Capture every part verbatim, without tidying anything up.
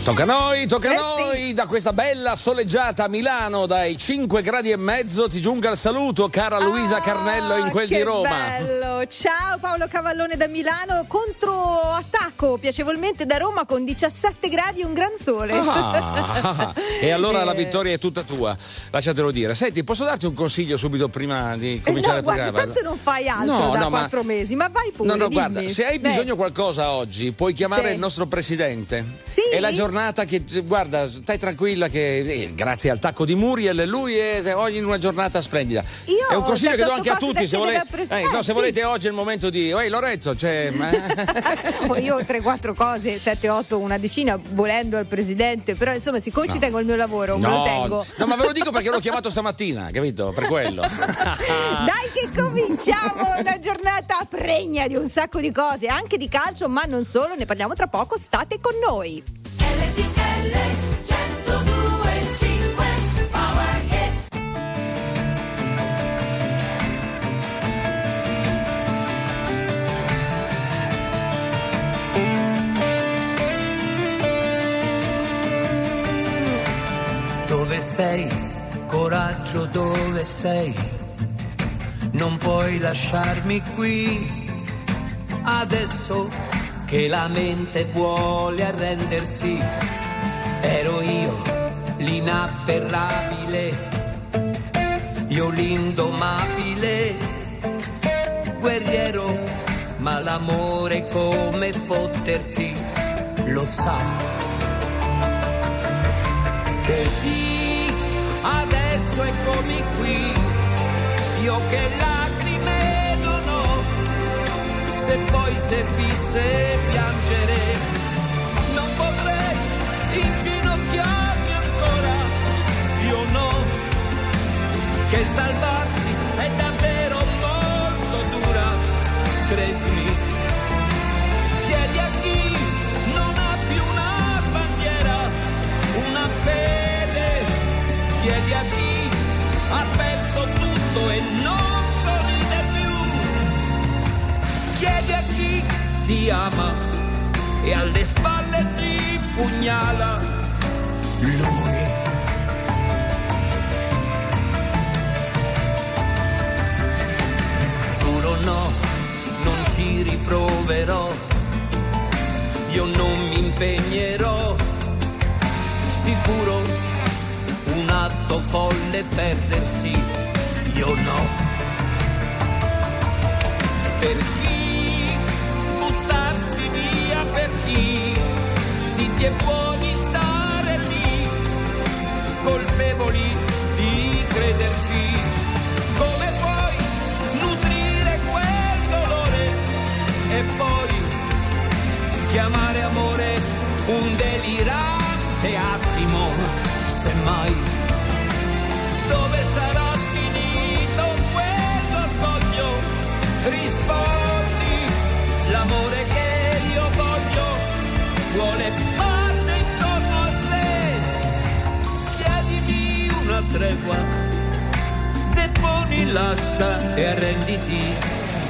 Tocca a noi, tocca a eh noi, sì. Da questa bella soleggiata Milano dai cinque gradi e mezzo ti giunga il saluto, cara Luisa Ah, Carnello in quel che di Roma. Bello. Ciao Paolo Cavallone da Milano, controattacco piacevolmente da Roma con diciassette gradi e un gran sole. Ah, e allora Eh. la vittoria è tutta tua, lasciatelo dire. Senti, posso darti un consiglio subito prima di cominciare no, il guarda, programma? tanto non fai altro No, da no, ma- quattro mesi, ma vai pure. No, no, dimmi. guarda, se hai Beh, bisogno qualcosa oggi, puoi chiamare Sì. il nostro presidente. Sì? È la giornata che, guarda, stai tranquilla che eh, grazie al tacco di Muriel lui è oggi in una giornata splendida. Io è un consiglio ho che do dato anche a cose tutti, da se, chiedere volete, al pre- eh, no, eh, se sì. volete oggi è il momento di ehi Lorenzo, c'è Oh, io ho tre quattro cose, sette otto, una decina, volendo al presidente, però insomma siccome ci No. tengo il mio lavoro, me lo No, tengo. no, ma ve lo dico perché l'ho chiamato stamattina, capito? Per quello. Dai che cominciamo una giornata pregna di un sacco di cose, anche di calcio, ma non solo, ne parliamo tra poco, state con noi. L T L centodue e cinque Power Hit. Dove sei? Coraggio, dove sei? Non puoi lasciarmi qui. Adesso che la mente vuole arrendersi, ero io l'inafferrabile, io l'indomabile, guerriero, ma l'amore come fotterti, lo sa. Così adesso eccomi qui, io che lacrime non ho, se poi servisse piangere, non potrei inginocchiarmi ancora, io no, che salvarsi è davvero molto dura, credimi, chiedi a chi non ha più una bandiera, una fede, chiedi a chi ha perso tutto e non sorride più, chiedi a chi ti ama e alle spalle ti pugnala lui. Giuro no, non ci riproverò, io non mi impegnerò, sicuro un atto folle perdersi, io no. Per chi buttarsi via, per chi zitti e buoni stare lì, colpevoli di crederci, come puoi nutrire quel dolore e poi chiamare amore un delirante attimo, semmai, dove sarà finito quell'orgoglio? Rispondi, l'amore che io voglio vuole pace intorno a sé, chiedimi una tregua, deponi, lascia e arrenditi.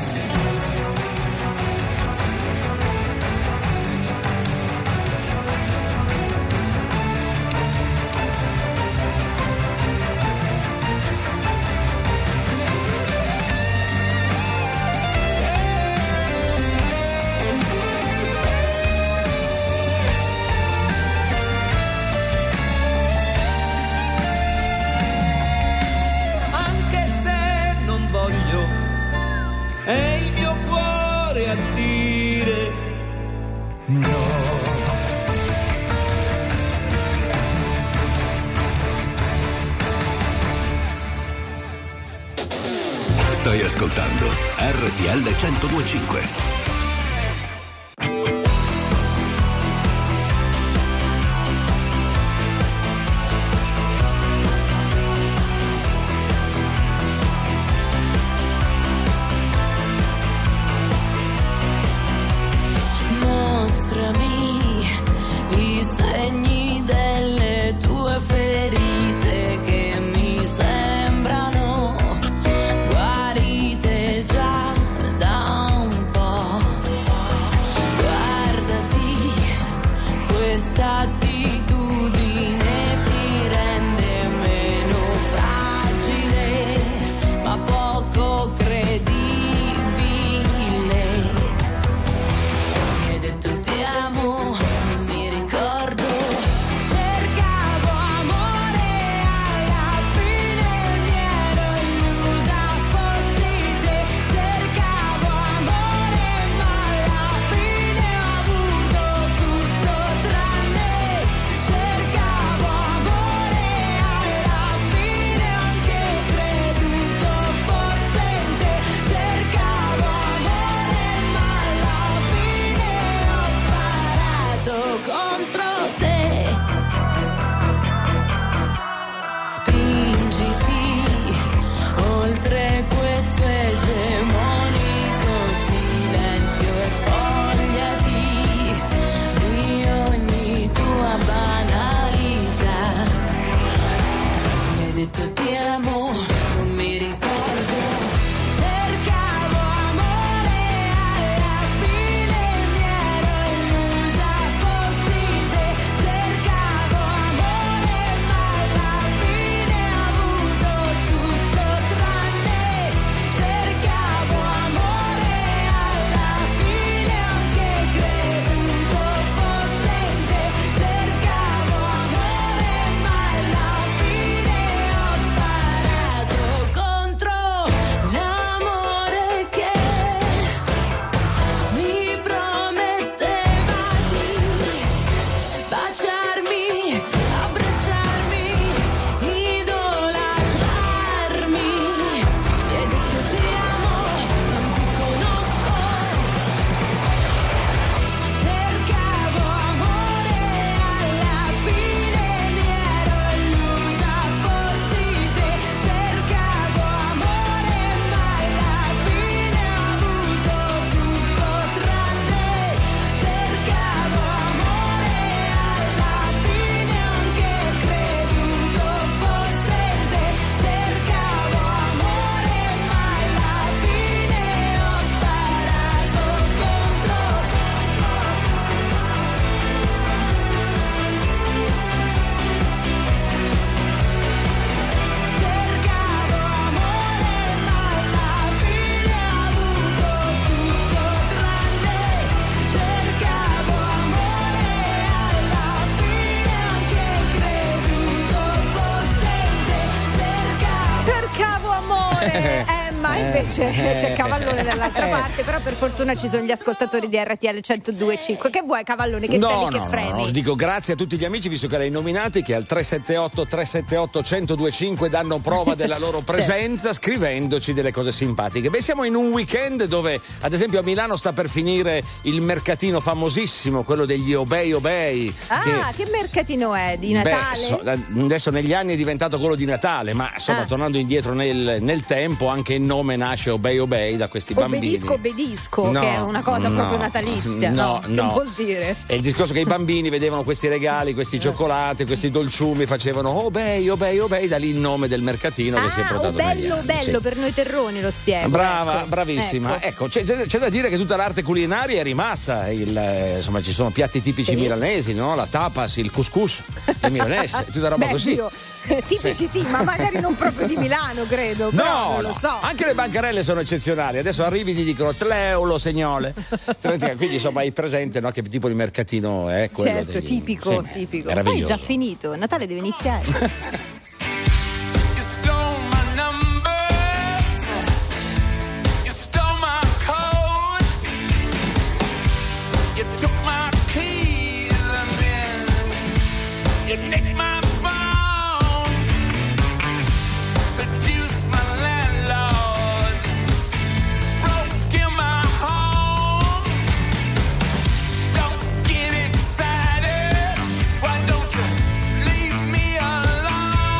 È il mio cuore a dire no. Stai ascoltando R T L centodue e cinque. Guardati, questa ti c'è, c'è Cavallone dall'altra parte, però per fortuna ci sono gli ascoltatori di R T L centodue e cinque. Che vuoi, Cavallone, che no, stai lì che no, fremi? no, no, dico grazie a tutti gli amici, visto che l'hai nominati, che al tre sette otto tre sette otto centodue e cinque danno prova della loro presenza scrivendoci delle cose simpatiche. Beh, siamo in un weekend dove, ad esempio, a Milano sta per finire il mercatino famosissimo, quello degli Obei Obei. Ah, che, che mercatino è? Di Natale? Beh, so, adesso negli anni è diventato quello di Natale, ma insomma, Ah. tornando indietro nel, nel tempo, anche il nome nasce Obei Obei da questi bambini. Obbedisco, obbedisco, No, che è una cosa no, proprio natalizia. no, Che no. vuol dire? È il discorso che i bambini vedevano questi regali, questi cioccolati, questi dolciumi, facevano Obei, Obei, Obei, da lì il nome del mercatino che si è Ah, portato oh, negli bello, anni, bello, sì. per noi terroni lo spiego. Brava, ecco. bravissima. Ecco. Ecco, c'è, c'è da dire che tutta l'arte culinaria è rimasta. Il, eh, insomma, ci sono piatti tipici Sì. milanesi, no? La tapas, il couscous, il milanese, tutta roba Beh, così. Dio, eh, tipici sì. ma magari non proprio di Milano, credo. No, però non no, lo so. anche le bancarelle sono eccezionali. Adesso arrivi e ti dicono Tleulo, segnole. Quindi insomma hai presente, no, che tipo di mercatino è quello. Certo, degli- tipico, sì, tipico. Poi è meraviglioso. già finito, Natale deve iniziare. You stole my numbers, you stole my code, you took my keys and then you nicked my phone, seduced my landlord, broke in my home. Don't get excited, why don't you leave me alone?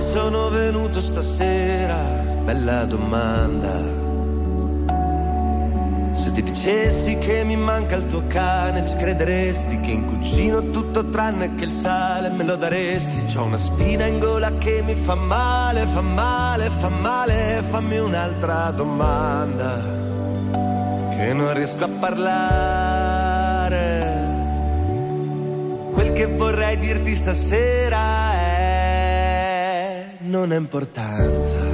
sono venuto stasera? Bella domanda. Se ti dicessi che mi manca il tuo cane, ci crederesti che in cucina ho tutto tranne che il sale, me lo daresti. C'ho una spina in gola che mi fa male, fa male, fa male. Fammi un'altra domanda, che non riesco a parlare. Quel che vorrei dirti stasera è: non ha importanza.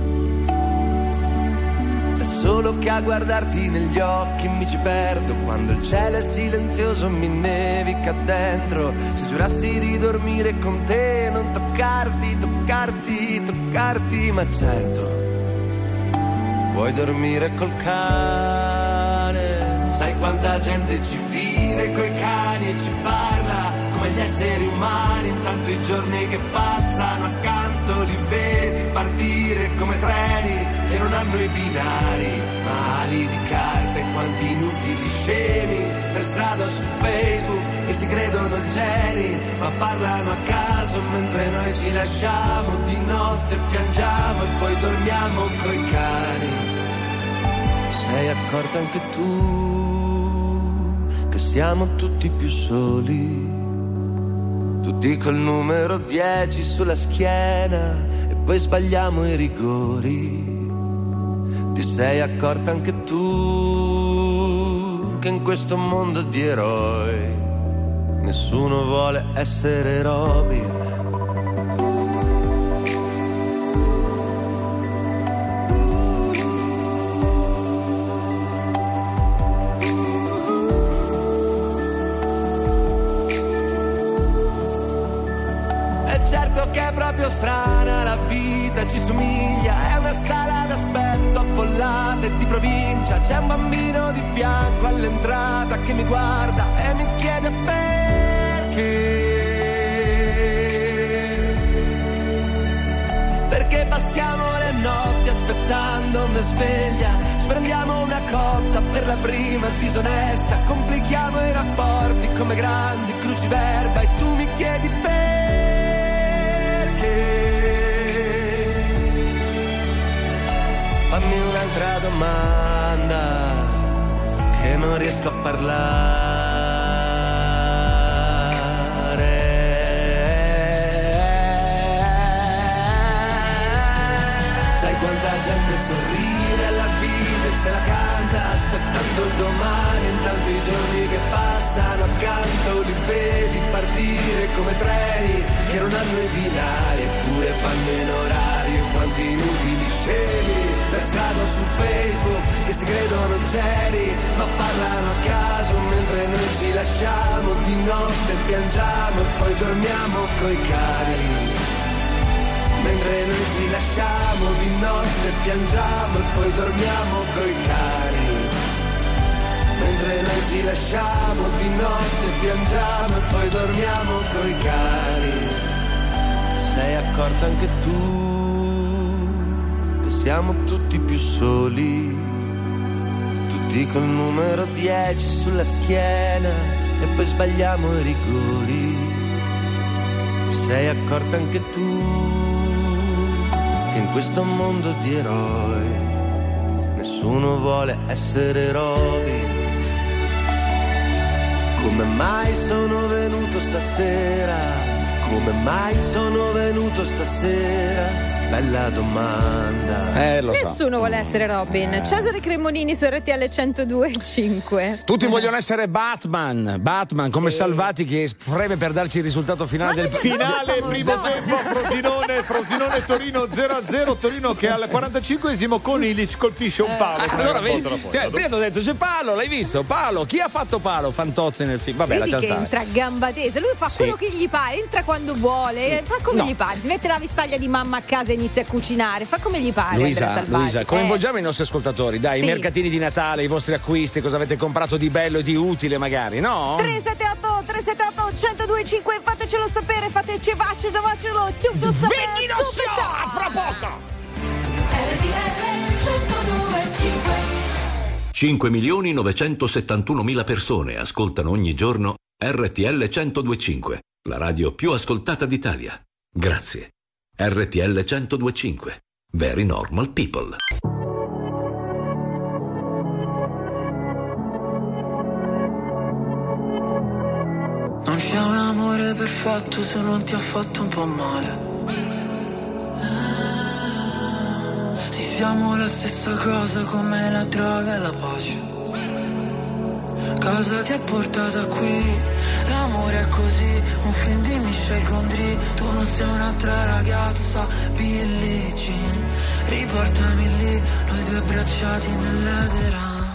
Solo che a guardarti negli occhi mi ci perdo. Quando il cielo è silenzioso mi nevica dentro. Se giurassi di dormire con te, non toccarti, toccarti, toccarti. Ma certo, puoi dormire col cane. Sai quanta gente ci vive coi cani e ci parla come gli esseri umani. Intanto i giorni che passano accanto li vedi partire come treni che non hanno i binari, ma ali di carta e quanti inutili scemi per strada o su Facebook e si credono geni, ma parlano a caso mentre noi ci lasciamo. Di notte piangiamo e poi dormiamo coi cani. Sei accorta anche tu che siamo tutti più soli, tutti col numero dieci sulla schiena e poi sbagliamo i rigori. Ti sei accorta anche tu che in questo mondo di eroi nessuno vuole essere Robin. È certo che è proprio strana la vita, ci somiglia, è una sala d'aspetto affollata e di provincia. C'è un bambino di fianco all'entrata che mi guarda e mi chiede perché. Perché passiamo le notti aspettando una sveglia, sprendiamo una cotta per la prima disonesta, complichiamo i rapporti come grandi cruciverba e tu mi chiedi perché. Fammi un'altra domanda, che non riesco a parlare. Sai quanta gente sorride alla vita e se la canta aspettando il domani. Intanto i giorni che passano accanto li vedi partire come treni che non hanno i binari eppure vanno in orario. Quanti inutili scemi per strada su Facebook che si credono geni ma parlano a caso mentre noi ci lasciamo. Di notte piangiamo e poi dormiamo coi cani. Mentre noi ci lasciamo, di notte piangiamo e poi dormiamo coi cani. Mentre noi ci lasciamo, di notte piangiamo e poi dormiamo coi cani. Sei accorta anche tu che siamo tutti più soli, tutti col numero dieci sulla schiena e poi sbagliamo i rigori. Ti sei accorta anche tu che in questo mondo di eroi nessuno vuole essere Robin. Come mai sono venuto stasera? Come mai sono venuto stasera? Bella domanda. Eh, lo so. Nessuno vuole essere Robin. Cesare Cremonini su R T L centodue e cinque. Tutti vogliono essere Batman. Batman come Salvati che freme per darci il risultato finale Ma del noi Finale, Facciamo primo esatto. tempo, Frosinone, Frosinone Torino zero a zero. Torino che al quarantacinquesimo con Ilic colpisce un palo. Allora vedi, Botta la porta. cioè, prima ti ho detto c'è Palo, l'hai visto? Palo, chi ha fatto Palo? Fantozzi nel film. Vabbè, Vedi lascia che stare. entra a gamba tesa, lui fa Sì. quello che gli pare, entra quando vuole, fa come No. gli pare, si mette la vestaglia di mamma a casa e inizia a cucinare, fa come gli pare. Luisa, Andrea Salvati. Luisa, coinvolgiamo i nostri ascoltatori, dai, Sì. i mercatini di Natale, i vostri acquisti, cosa avete comprato di bello e di utile magari, no? tre sette otto tre sette otto uno zero due cinque, fatecelo sapere, fateci facelo, facelo, tutto sapere. subito. a fra poco! R T L centodue e cinque. cinque milioni novecentosettantunomila persone ascoltano ogni giorno R T L centodue e cinque, la radio più ascoltata d'Italia. Grazie. R T L centodue e cinque. Very normal people. Non c'è un amore perfetto se non ti ha fatto un po' male. Sì, siamo la stessa cosa come la droga e la pace. Cosa ti ha portata qui? L'amore è così, un film di Michel Gondry. Tu non sei un'altra ragazza, Billie Jean. Riportami lì, noi due abbracciati nell'edera.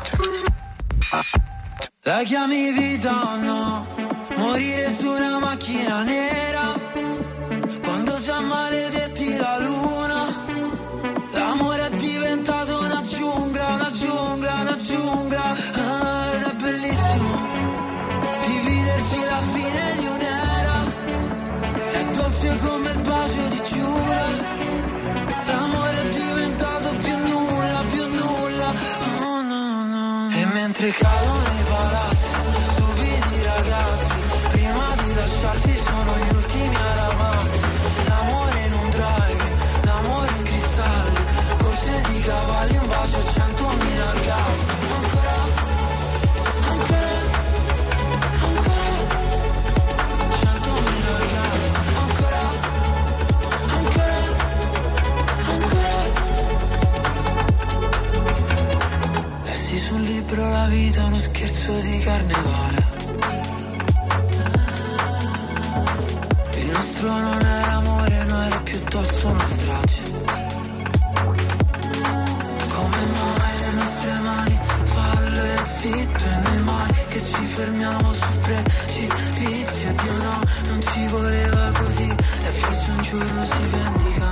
La chiami vita o no? Morire su una macchina nera, quando già maledetti la luna. L'amore è diventato una giungla, una giungla, una giungla. Ah, ed è bellissimo dividerci la fine di un'era. È dolce come il bacio di Giura. L'amore è diventato più nulla, più nulla. Oh no, no. E mentre cadono i palazzi, stupidi ragazzi, prima di lasciarsi sono gli ultimi a ramarsi. L'amore in un drive, l'amore in cristalli, corse di cavalli, un bacio a centomila orgasmi. Ancora, ancora, ancora, centomila orgasmi. Ancora, ancora, ancora. Lessi sul libro La vita è uno scherzo di carnevale. Il nostro non era amore, no, era piuttosto una strage. Come mai le nostre mani, fallo e zitto e nei mari che ci fermiamo sul precipizio. Dio no, non ci voleva così e forse un giorno si vendica.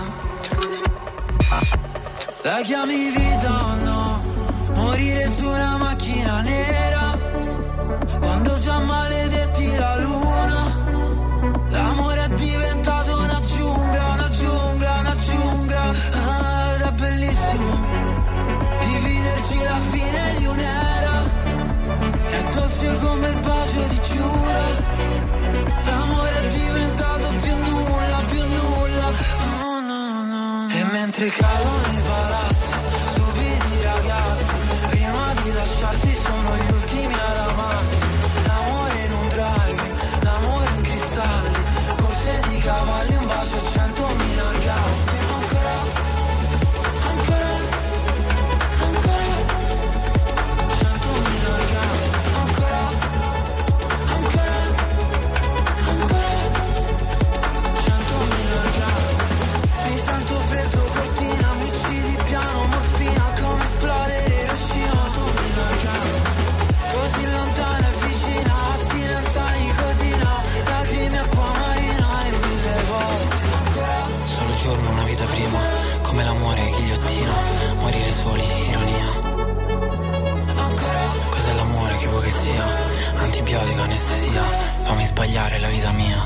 La chiami vita o no? Morire su una macchina nera, quando già maledetti la luna. L'amore è diventato una giungla, una giungla, una giungla. Ah, ed è bellissimo dividerci la fine di un'era. È dolce come il bacio di Giura. L'amore è diventato più nulla, più nulla. Oh no, no. E mentre cadono i palazzi, stupidi ragazzi, prima di lasciarsi sono gli ultimi a ramarsi. L'amore in un drive, l'amore in cristalli, corse di cavalli, un bacio a centomila orgasmi. Ancora, ancora, ancora, centomila orgasmi. Ancora, ancora, ancora, centomila orgasmi. Mi sento freddo, cortina, mi uccidi piano, morfina, come esplodere Hiroshima. Centomila orgasmi. Così lontana e vicina, astinenza, nicotina, lacrime, acqua marina e mille volte. Ancora, solo giorno, una vita prima, come l'amore, ghigliottina, morire soli, ironia. Ancora, cos'è l'amore, che vuoi che sia? Antibiotico, anestesia, fammi sbagliare la vita mia.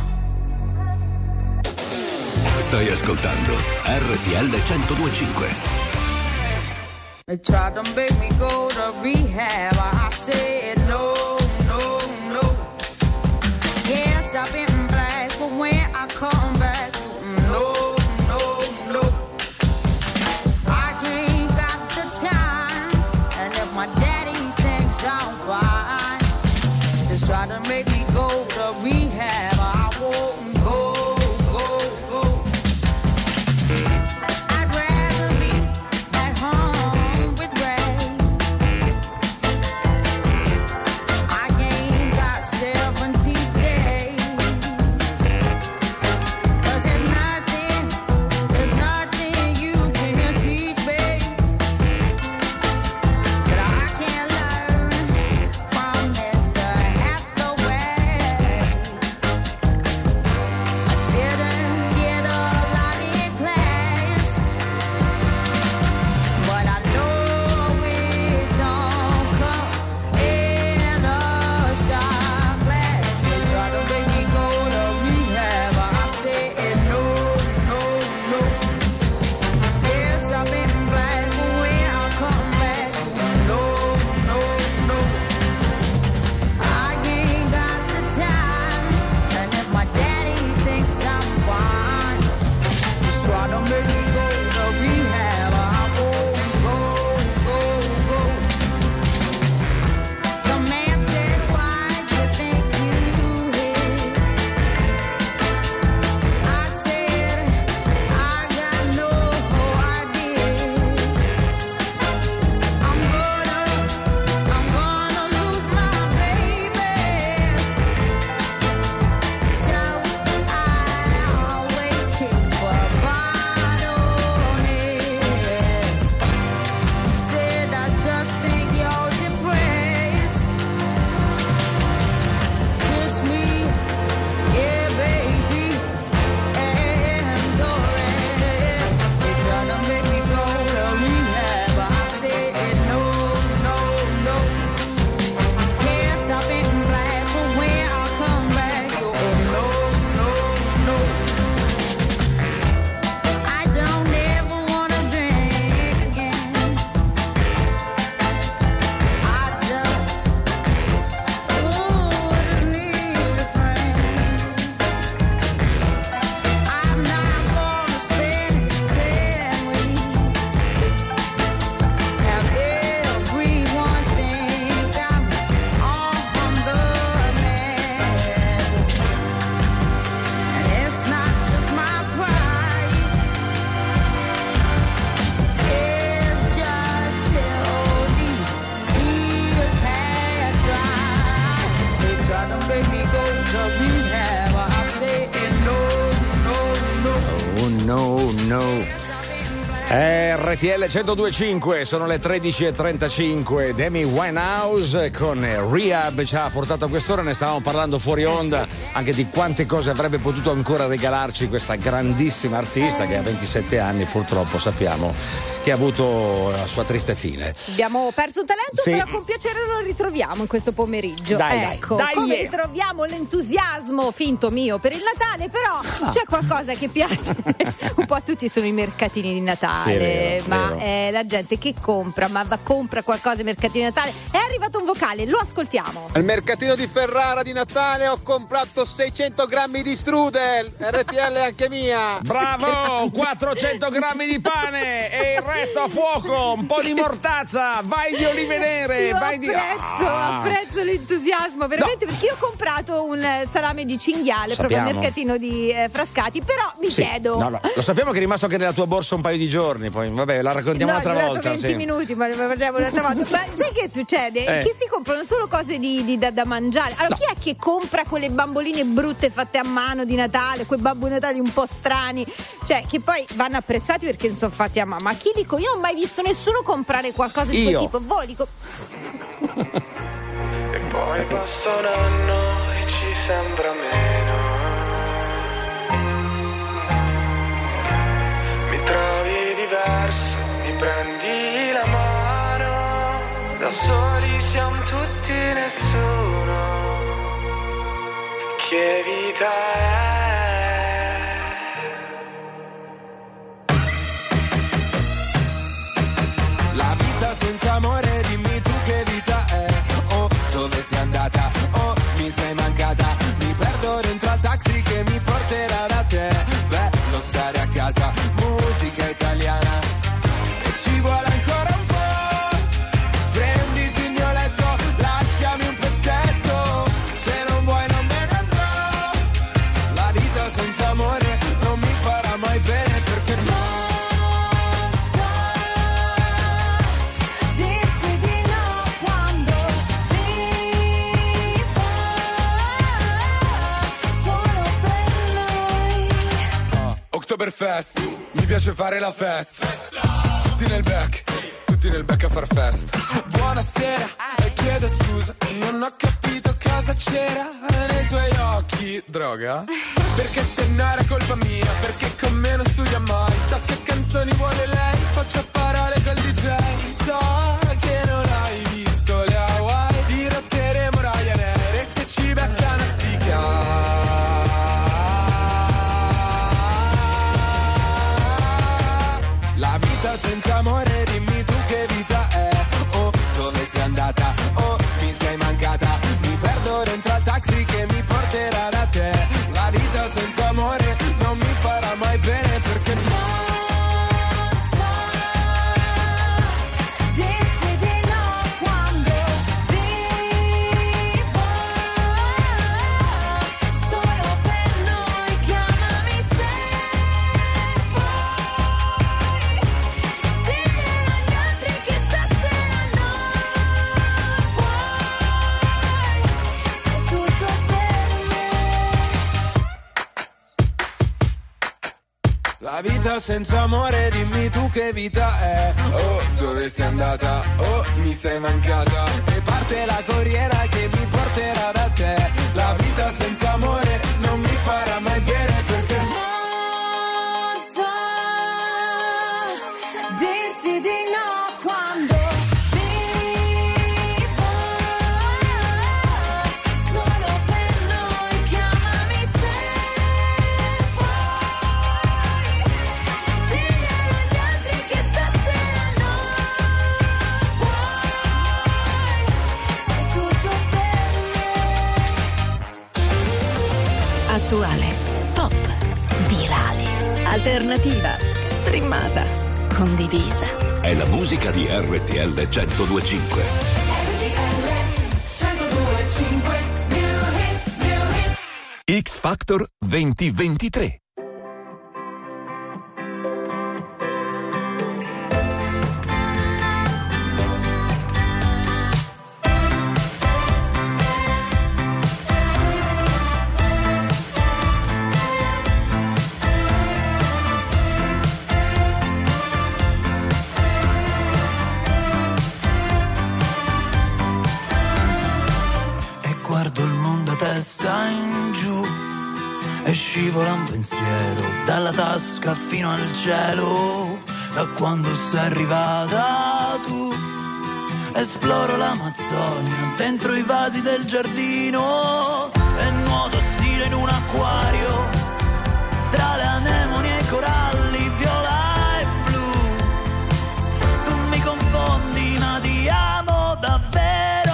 Stai ascoltando R T L centodue e cinque. They tried to make me go to rehab. I said no, no, no. Yes, I've been black, but when I come back, no, no, no. I ain't got the time, and if my daddy thinks I'm fine, they try to make me go to rehab. I won't go. Seventeen days no, no. R T L centodue e cinque, sono le tredici e trentacinque. Demi Winehouse con Rehab ci ha portato a quest'ora, ne stavamo parlando fuori onda anche di quante cose avrebbe potuto ancora regalarci questa grandissima artista che ha ventisette anni, purtroppo sappiamo che ha avuto la sua triste fine. Abbiamo perso un talento, sì. però con piacere lo ritroviamo in questo pomeriggio. Dai, ecco, dai, dai, come yeah. ritroviamo l'entusiasmo finto mio per il Natale, però ah. c'è qualcosa che piace un po' a tutti, sono i mercatini di Natale. Sì, è vero, ma vero. è la gente che compra, ma va, compra qualcosa ai mercatini di Natale. È arrivato un vocale, lo ascoltiamo. Al mercatino di Ferrara di Natale ho comprato seicento grammi di strudel, R T L anche mia. Bravo, quattrocento grammi di pane e il resto a fuoco, un po' di mortazza, vai di olive nere, Io vai di apprezzo, ah. apprezzo l'entusiasmo, veramente, no. Perché io ho comprato un salame di cinghiale Sappiamo. proprio al mercatino di eh, Frascati, però mi Sì. chiedo. No, no, lo sappiamo che è rimasto anche nella tua borsa un paio di giorni, poi vabbè, la raccontiamo No, un'altra è volta. venti Sì. minuti, ma ne parliamo un'altra volta. Ma sai che succede? Eh. Che si comprano solo cose di, di- da, da mangiare. Allora, No. chi è che compra quelle bamboline brutte fatte a mano di Natale, quei babbo Natali un po' strani? Cioè, che poi vanno apprezzati perché non sono fatti a mano. Ma chi li co- Io non ho mai visto nessuno comprare qualcosa di Io. quel tipo. Voi li co- E poi passa un anno e ci sembra meno. Mi trovi diverso, mi prendi la mano. Da soli siamo tutti nessuno. Che vita è? La vita senza amore, dimmi tu che vita è. Oh, dove sei andata? Oh, mi sei mancata. Mi perdo dentro al taxi che mi porterà da te. Bello stare a casa, musica italiana. E ci vuole ancora un po'. Prenditi il mio letto, lasciami un pezzetto. Se non vuoi non me ne andrò. La vita senza amore non mi farà mai bene perché non so dirti di no quando vivo solo per noi. Oktoberfest, mi piace fare la festa. Tutti nel back, tutti nel back a far festa. Buonasera, e chiedo scusa, non ho capito cosa c'era nei suoi occhi. Droga? Perché se no era colpa mia, perché con me non studia mai. So che canzoni vuole lei, faccio a parole col D J. So che non hai visto le Hawaii, dirotteremo Ryanair e se ci becca una la vita senza amore, dimmi tu che vita è. Oh, dove sei andata? Oh, mi sei mancata. Mi perdo dentro al taxi che mi porterà da te. La vita senza amore non mi farà mai bene perché non so dirti di no quando vivo solo per noi. Chiamami se diglielo agli altri che stasera non puoi. Sei tutto per me. La vita senza amore, dimmi tu che vita è. Oh, dove sei andata? Oh, mi sei mancata. E parte la corriera che mi porterà da te. La vita senza amore non mi farà mai bene perché non so dirti di no quando vivo solo per noi. Chiamami se vuoi, diglielo agli altri che stasera non puoi. Sei tutto per me. Attuale, pop, virale, alternativa, streamata, condivisa. È la musica di R T L centodue e cinque. X Factor duemilaventitré. vola un pensiero dalla tasca fino al cielo, da quando sei arrivata tu. Esploro l'Amazzonia dentro i vasi del giardino e nuoto stile in un acquario tra le anemoni e i coralli viola e blu. Tu mi confondi ma ti amo davvero.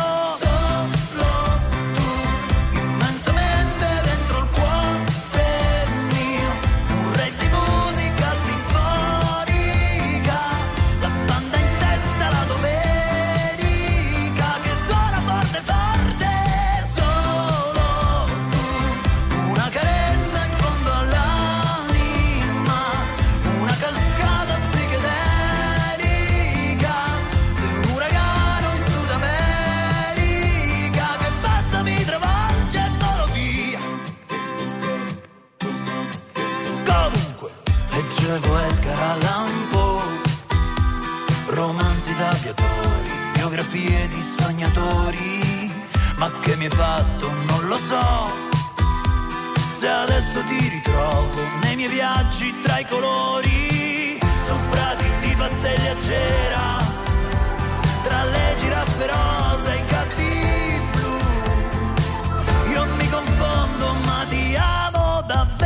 Edgar Allan Poe, romanzi d'aviatori, biografie di sognatori, ma che mi hai fatto non lo so, se adesso ti ritrovo nei miei viaggi tra i colori, su prati di pastelli a cera, tra le giraffe rosa e i gatti blu, io mi confondo ma ti amo davvero.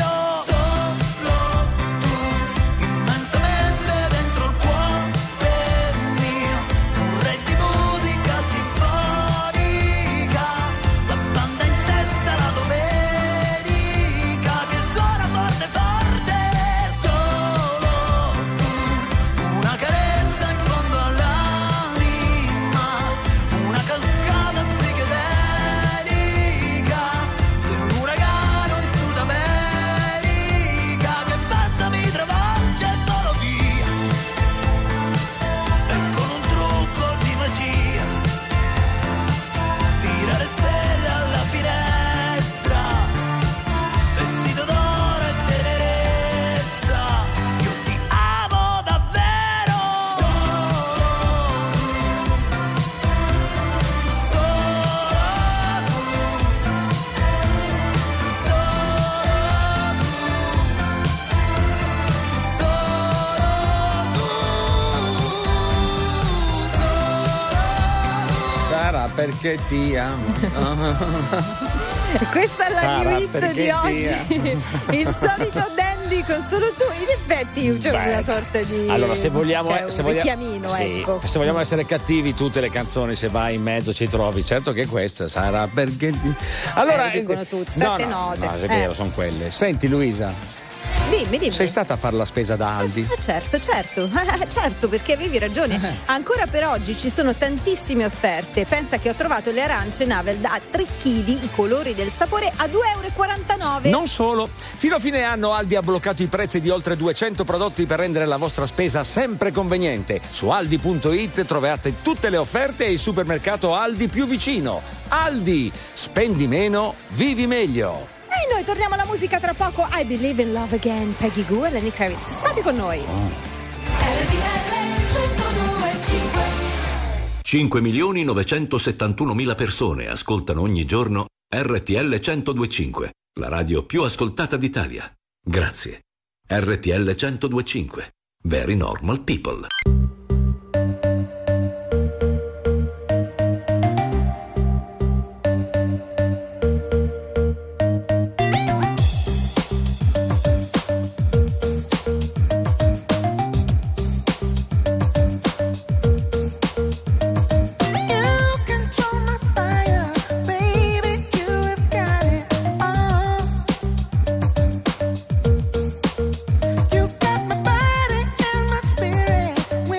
Perché ti amo. Questa è la Cara, new hit di oggi. Il solito dandy con solo tu. In effetti c'è Beh, una sorta di. Allora, se vogliamo, cioè, se un vogliamo, richiamino, sì, ecco. se vogliamo essere cattivi, tutte le canzoni, se vai in mezzo ci trovi. Certo che questa sarà perché. Allora, eh, dicono tutti, no, sette no, note. no, è Eh. vero, sono quelle. Senti, Luisa. Dimmi, dimmi. Sei stata a fare la spesa da Aldi? Eh, certo, certo, certo, perché avevi ragione. Ancora per oggi ci sono tantissime offerte. Pensa che ho trovato le arance Navel da tre chili, i colori del sapore, a due e quarantanove euro. Non solo. Fino a fine anno Aldi ha bloccato i prezzi di oltre duecento prodotti per rendere la vostra spesa sempre conveniente. Su aldi punto it trovate tutte le offerte e il supermercato Aldi più vicino. Aldi, spendi meno, vivi meglio. E noi torniamo alla musica tra poco. I Believe in Love Again, Peggy Gou e Lenny Kravitz. State con noi. cinque milioni novecentosettantunomila persone ascoltano ogni giorno R T L centodue e cinque, la radio più ascoltata d'Italia. Grazie. R T L centodue e cinque. Very normal people. You got my body and my spirit.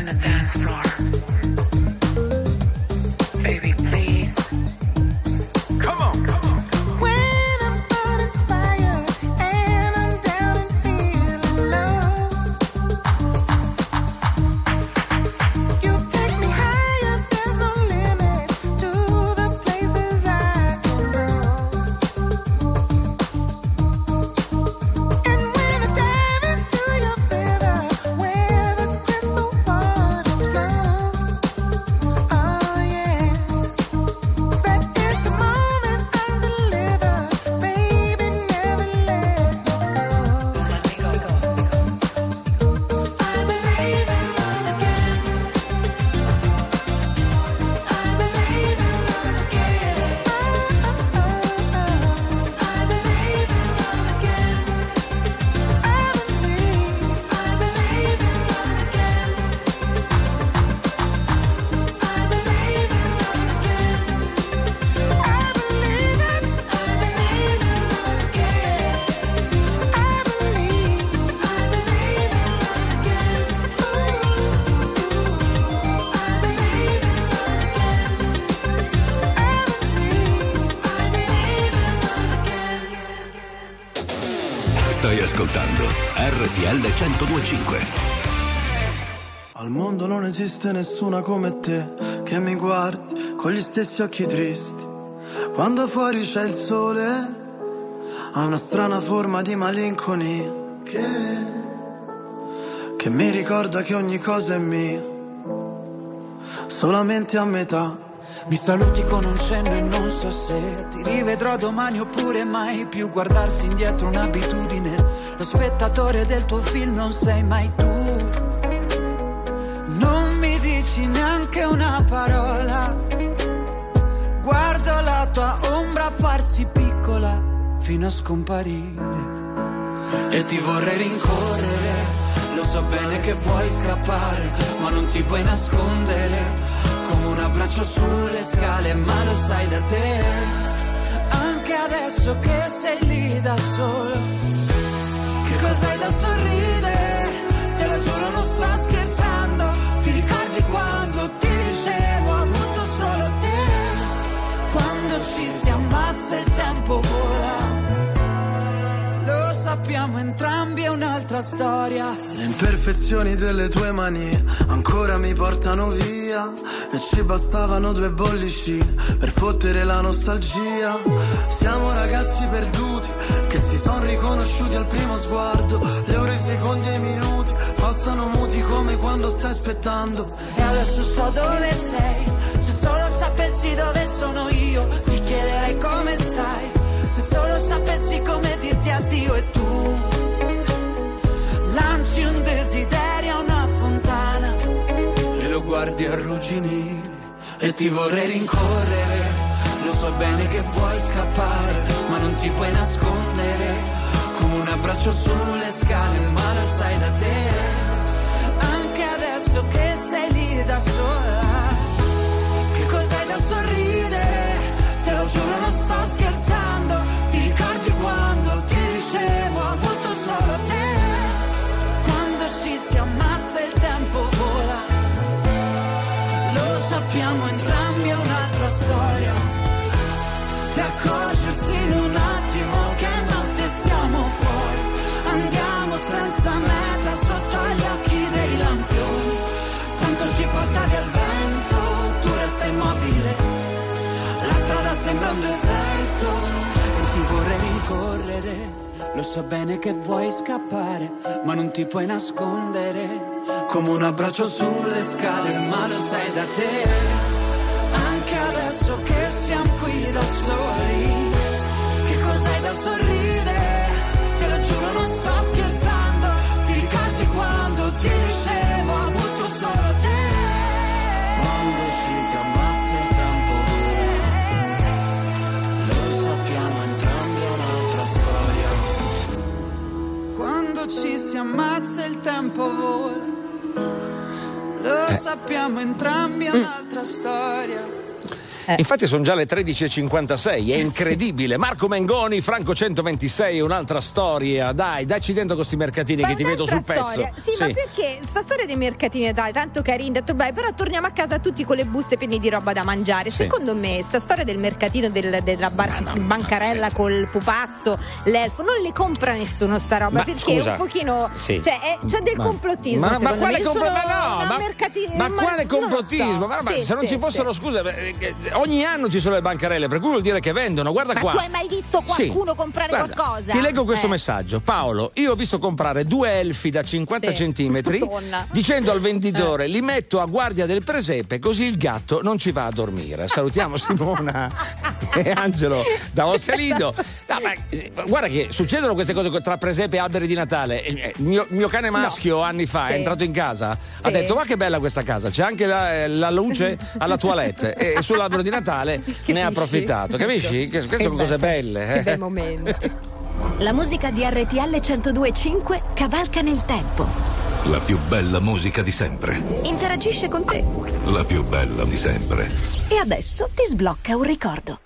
the dance floor. Baby, please. Come on, come on. When I'm uninspired and I'm down and feeling low, you take me higher, there's no limit to the places I can go. And when I dive into your river, where the crystal waters flow, oh yeah, that is the moment I deliver, baby, never let me go. I believe in love again. I believe in love again. Oh, oh, oh, oh. I believe in love again. I believe, I believe in love again. I believe in love again. I believe it, I believe in love again. I believe, I believe in love again. Ooh, I believe in love again. I believe, I believe in love again. Stai ascoltando R T L centodue e cinque. Al mondo non esiste nessuna come te che mi guardi con gli stessi occhi tristi. Quando fuori c'è il sole, ha una strana forma di malinconia che, che mi ricorda che ogni cosa è mia, solamente a metà. Mi saluti con un cenno e non so se ti rivedrò domani oppure mai più. Guardarsi indietro è un'abitudine, lo spettatore del tuo film non sei mai tu. Non mi dici neanche una parola, guardo la tua ombra farsi piccola fino a scomparire. E ti vorrei rincorrere, lo so bene che vuoi scappare, ma non ti puoi nascondere. Come un abbraccio sulle scale, ma lo sai da te. Anche adesso che sei lì da solo, che cos'hai da sorridere? Te lo giuro non sto scherzando. Ti ricordi quando ti dicevo ho avuto solo te? Quando ci si ammazza il tempo vola, lo sappiamo entrambi, è un'altra storia. Le imperfezioni delle tue manie ancora mi portano via, e ci bastavano due bollicine per fottere la nostalgia. Siamo ragazzi perduti che si son riconosciuti al primo sguardo. Le ore, i secondi e i minuti passano muti come quando stai aspettando. E adesso so dove sei, se solo sapessi dove sono io, ti chiederei come stai. Se solo sapessi come dirti addio e tu lanci un desiderio a una fontana E lo guardi arrugginire e ti vorrei rincorrere. Lo so bene che vuoi scappare, ma non ti puoi nascondere. Come un abbraccio sulle scale, ma lo sai da te. Anche adesso che sei lì da sola, che cos'hai da sorridere? Te lo giuro non sto scherzando. Ti ricordi quando ti dicevo ho avuto solo te? Quando ci si ammazza il tempo vola, lo sappiamo entrambi, è un'altra storia. E accorgersi in un attimo che notte siamo fuori, andiamo senza meta sotto gli occhi dei lampioni. Tanto ci portavi al vento, tu resta immobile, la strada sembra un deserto e ti vorrei rincorrere. Lo so bene che vuoi scappare, ma non ti puoi nascondere. Come un abbraccio sulle scale, ma lo sai da te. Anche adesso che siamo qui da soli, che cos'hai da sorridere? Te lo giuro non sto scherzando. Ti ricordi quando ti dicevo ho avuto solo te? Quando ci si ammazza il tempo vola, lo sappiamo entrambi, è un'altra storia. Quando ci si ammazza il tempo vola, lo Eh. sappiamo entrambi, è un'altra storia. Eh. Infatti sono già le tredici e cinquantasei, è incredibile. Marco Mengoni, Franco centoventisei, un'altra storia. Dai, dacci dentro questi mercatini Ma che ti vedo sul un'altra pezzo. storia. Sì, ma perché sta storia dei mercatini Natale, tanto carini, detto beh, però torniamo a casa tutti con le buste piene di roba da mangiare. Sì. Secondo me sta storia del mercatino del- della bar- no, bancarella sì. col pupazzo, l'elfo, non le compra nessuno sta roba, Ma perché scusa, è un pochino sì. cioè è- c'è del Ma- complottismo ma, ma secondo quale me. complo- Sono ma no, una ma, mercati- ma ma- quale non lo complottismo? so. Ma, ma Sì, se non sì, ci fossero, sì. scusa, eh, eh, ogni anno ci sono le bancarelle, per cui vuol dire che vendono. Guarda Ma qua. tu hai mai visto qualcuno Sì. comprare Guarda, qualcosa? Ti leggo questo Eh. messaggio. Paolo, io ho visto comprare due elfi da cinquanta Sì. centimetri Madonna. dicendo al venditore li metto a guardia del presepe così il gatto non ci va a dormire. Salutiamo Simona e Angelo da Ostia-Lido. No, ma, eh, guarda che succedono queste cose tra presepe e alberi di Natale. Il mio, mio cane maschio anni fa Sì. è entrato in casa, ha Sì. detto ma che bella questa casa, c'è anche la, la luce alla toilette e, e sull'albero di Natale Capisci? ne ha approfittato, capisci? Che- Queste sono Che cose be- belle. Che eh. bei momenti. La musica di R T L centodue e cinque cavalca nel tempo. La più bella musica di sempre. Interagisce con te. La più bella di sempre. E adesso ti sblocca un ricordo.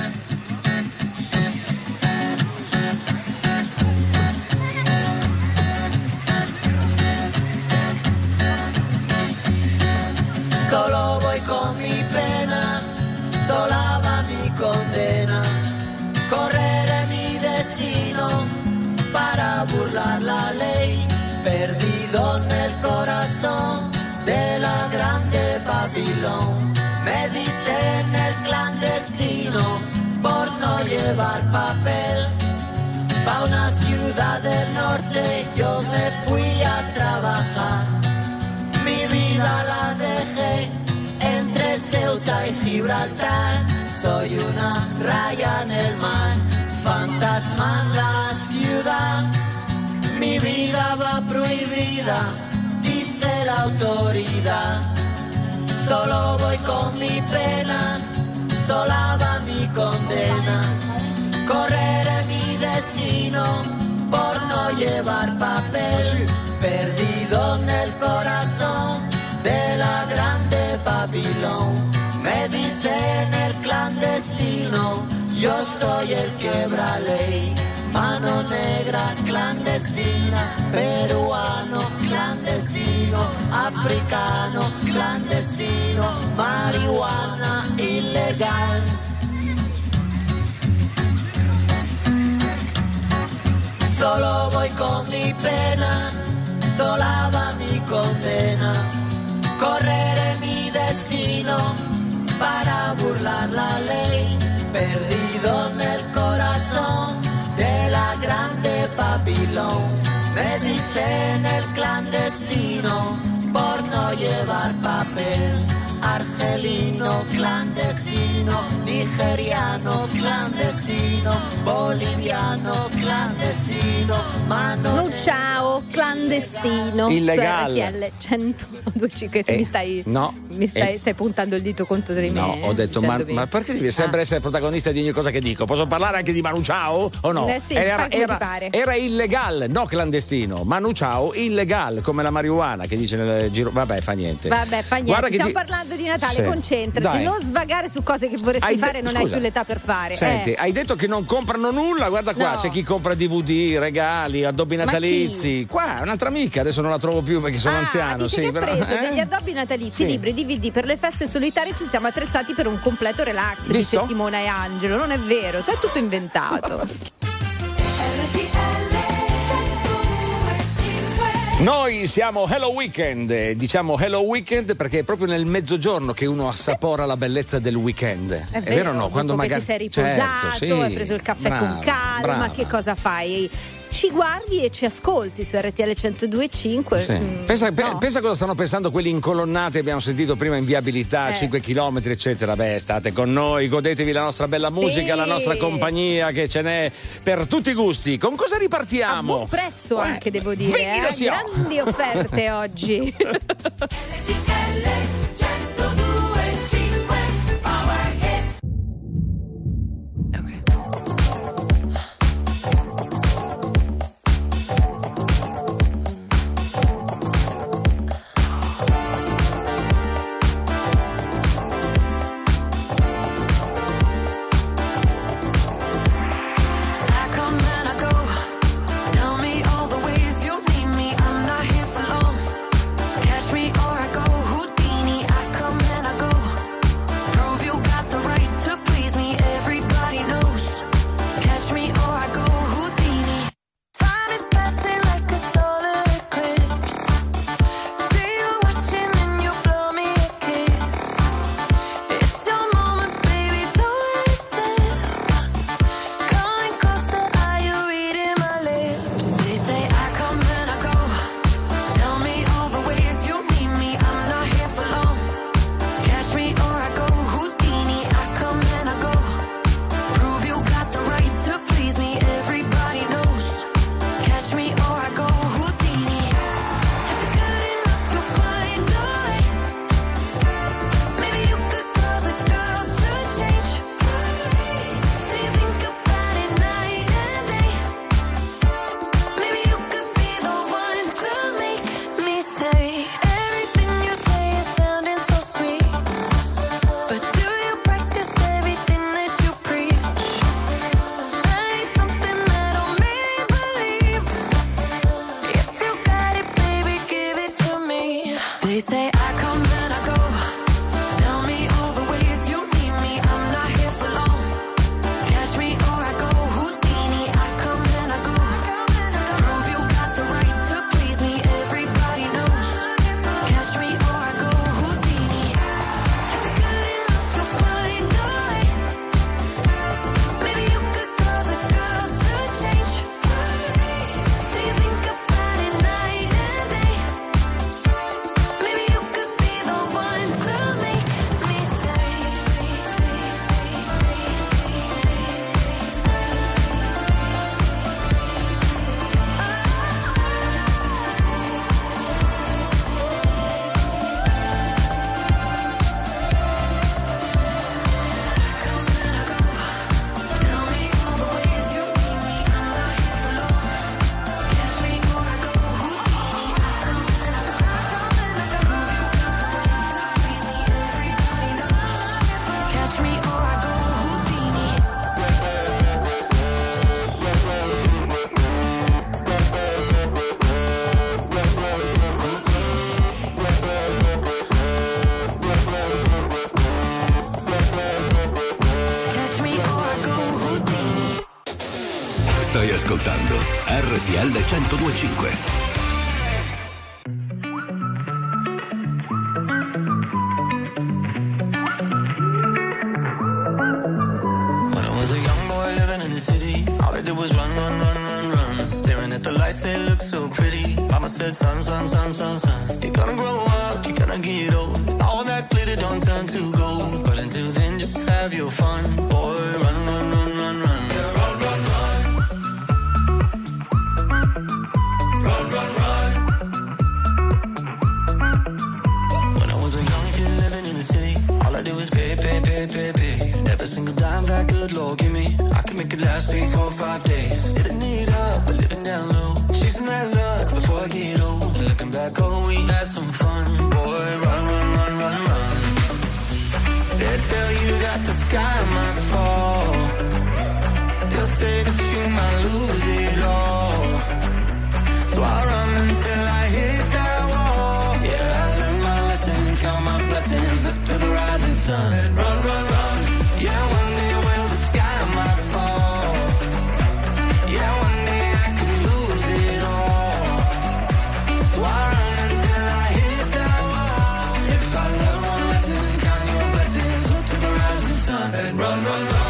Solo voi con mi pena, solava mi condena, correre mi destino para burlar la ley, perdido en el corazón de la grande Babilón. Me dicen el clandestino por no llevar papel. Pa' una ciudad del norte yo me fui a trabajar. Mi vida la dejé entre Ceuta y Gibraltar. Soy una raya en el mar, fantasma en la ciudad. Mi vida va prohibida, dice la autoridad. Solo voy con mi pena, sola va mi condena. Correré mi destino por no llevar papel. Perdido en el corazón de la grande Babilón. Me dicen el clandestino, yo soy el quebra ley. Mano negra clandestina, peruano clandestino, africano clandestino, marihuana ilegal. Solo voy con mi pena, sola va mi condena. Correré mi destino para burlar la ley. Perdido en el corazón de la grande Babilón. Me dicen el clandestino por no llevar papel. Argelino clandestino, nigeriano clandestino, boliviano clandestino, mano No, ciao, clandestino. Illegale. Su R T L centodue e cinque. Eh, mi stai, no. mi stai, Eh. stai puntando il dito contro di me. No, ho detto, ma, dicendomi- ma perché devi sempre Ah. essere protagonista di ogni cosa che dico? Posso parlare anche di Manu Chao o no? Eh sì, era, fai come era, ti pare. era illegale, no clandestino. Manu Chao, illegale, come la marijuana che dice nel giro. Vabbè, fa niente. Vabbè, fa niente. Guarda che Stiamo ti- parlando di Natale, Sì. concentrati, Dai. non svagare su cose che vorresti Hai de- fare e non hai scusa. più l'età per fare. Senti, eh. hai detto che non comprano nulla, guarda qua, No. c'è chi compra D V D, regali, addobbi Ma natalizi. Qua, un'altra amica, adesso non la trovo più perché sono Ah, anziano. dice Sì, che ha però, preso eh? degli addobbi natalizi, Sì. libri, D V D per le feste solitarie. Ci siamo attrezzati per un completo relax, Visto? dice Simona e Angelo. Non è vero, è tutto inventato. Noi siamo Hello Weekend, eh, diciamo Hello Weekend perché è proprio nel mezzogiorno che uno assapora la bellezza del weekend. È, vero o no? Dopo che ti sei riposato, Certo, sì. hai preso il caffè Brava, con calma, brava. che cosa fai? Ci guardi e ci ascolti su R T L centodue e cinque. Sì. Mm, Pensa, pe- no. pensa cosa stanno pensando quelli incolonnati, abbiamo sentito prima in viabilità, Eh. cinque chilometri eccetera. Beh, state con noi, godetevi la nostra bella musica, Sì. la nostra compagnia che ce n'è per tutti i gusti. Con cosa A ripartiamo? buon prezzo Eh, anche, devo dire. Venilo Eh? sì, oh. Grandi offerte oggi. come and I go. Tell me all the ways you need me. I'm not here for long. Catch me or I go Houdini. I come and I go. Prove you got the right to please me. Everybody knows. Catch me or I go Houdini. If you're good enough, you'll find a way. Maybe you could cause a girl to change. Do you think about it night and day? Maybe you could be the one to make me stay. Tell me all the ways you need me. I'm not here for long. Catch me or I go Houdini. I come and I go. Prove you got the right to please me. Everybody knows. Catch me or I go Houdini. Catch me or I go Houdini. Stai ascoltando R T L centodue e cinque. When I was a young boy living in the city, all I did was run, run, run, run, run. Staring at the lights, they looked so pretty. Mama said, son, son, son, son, son, you're gonna grow up, you're gonna get old. All that glitter don't turn to gold. But until then, just have your fun. Boy, run, run, run, run, run. Run, run, run. Run, run, run. When I was a young kid living in the city, all I did was pay, pay, pay, pay, pay. Never single dime that good Lord give me. I can make it last three, four, five days. Living it up, but living down low. Chasing that luck before I get old. Looking back, oh, we had some fun. Boy, run, run, run, run, run. They tell you that the sky might fall. They'll say that you might lose it all. So I run until I hit that wall. Yeah, I learned my lesson, count my blessings up to the rising sun. Run, run, run. Yeah, one day, well, the sky might fall. Yeah, one day I could lose it all. So I run until I hit that wall. If I learn one lesson, count your blessings up to the rising sun. And run, run, run.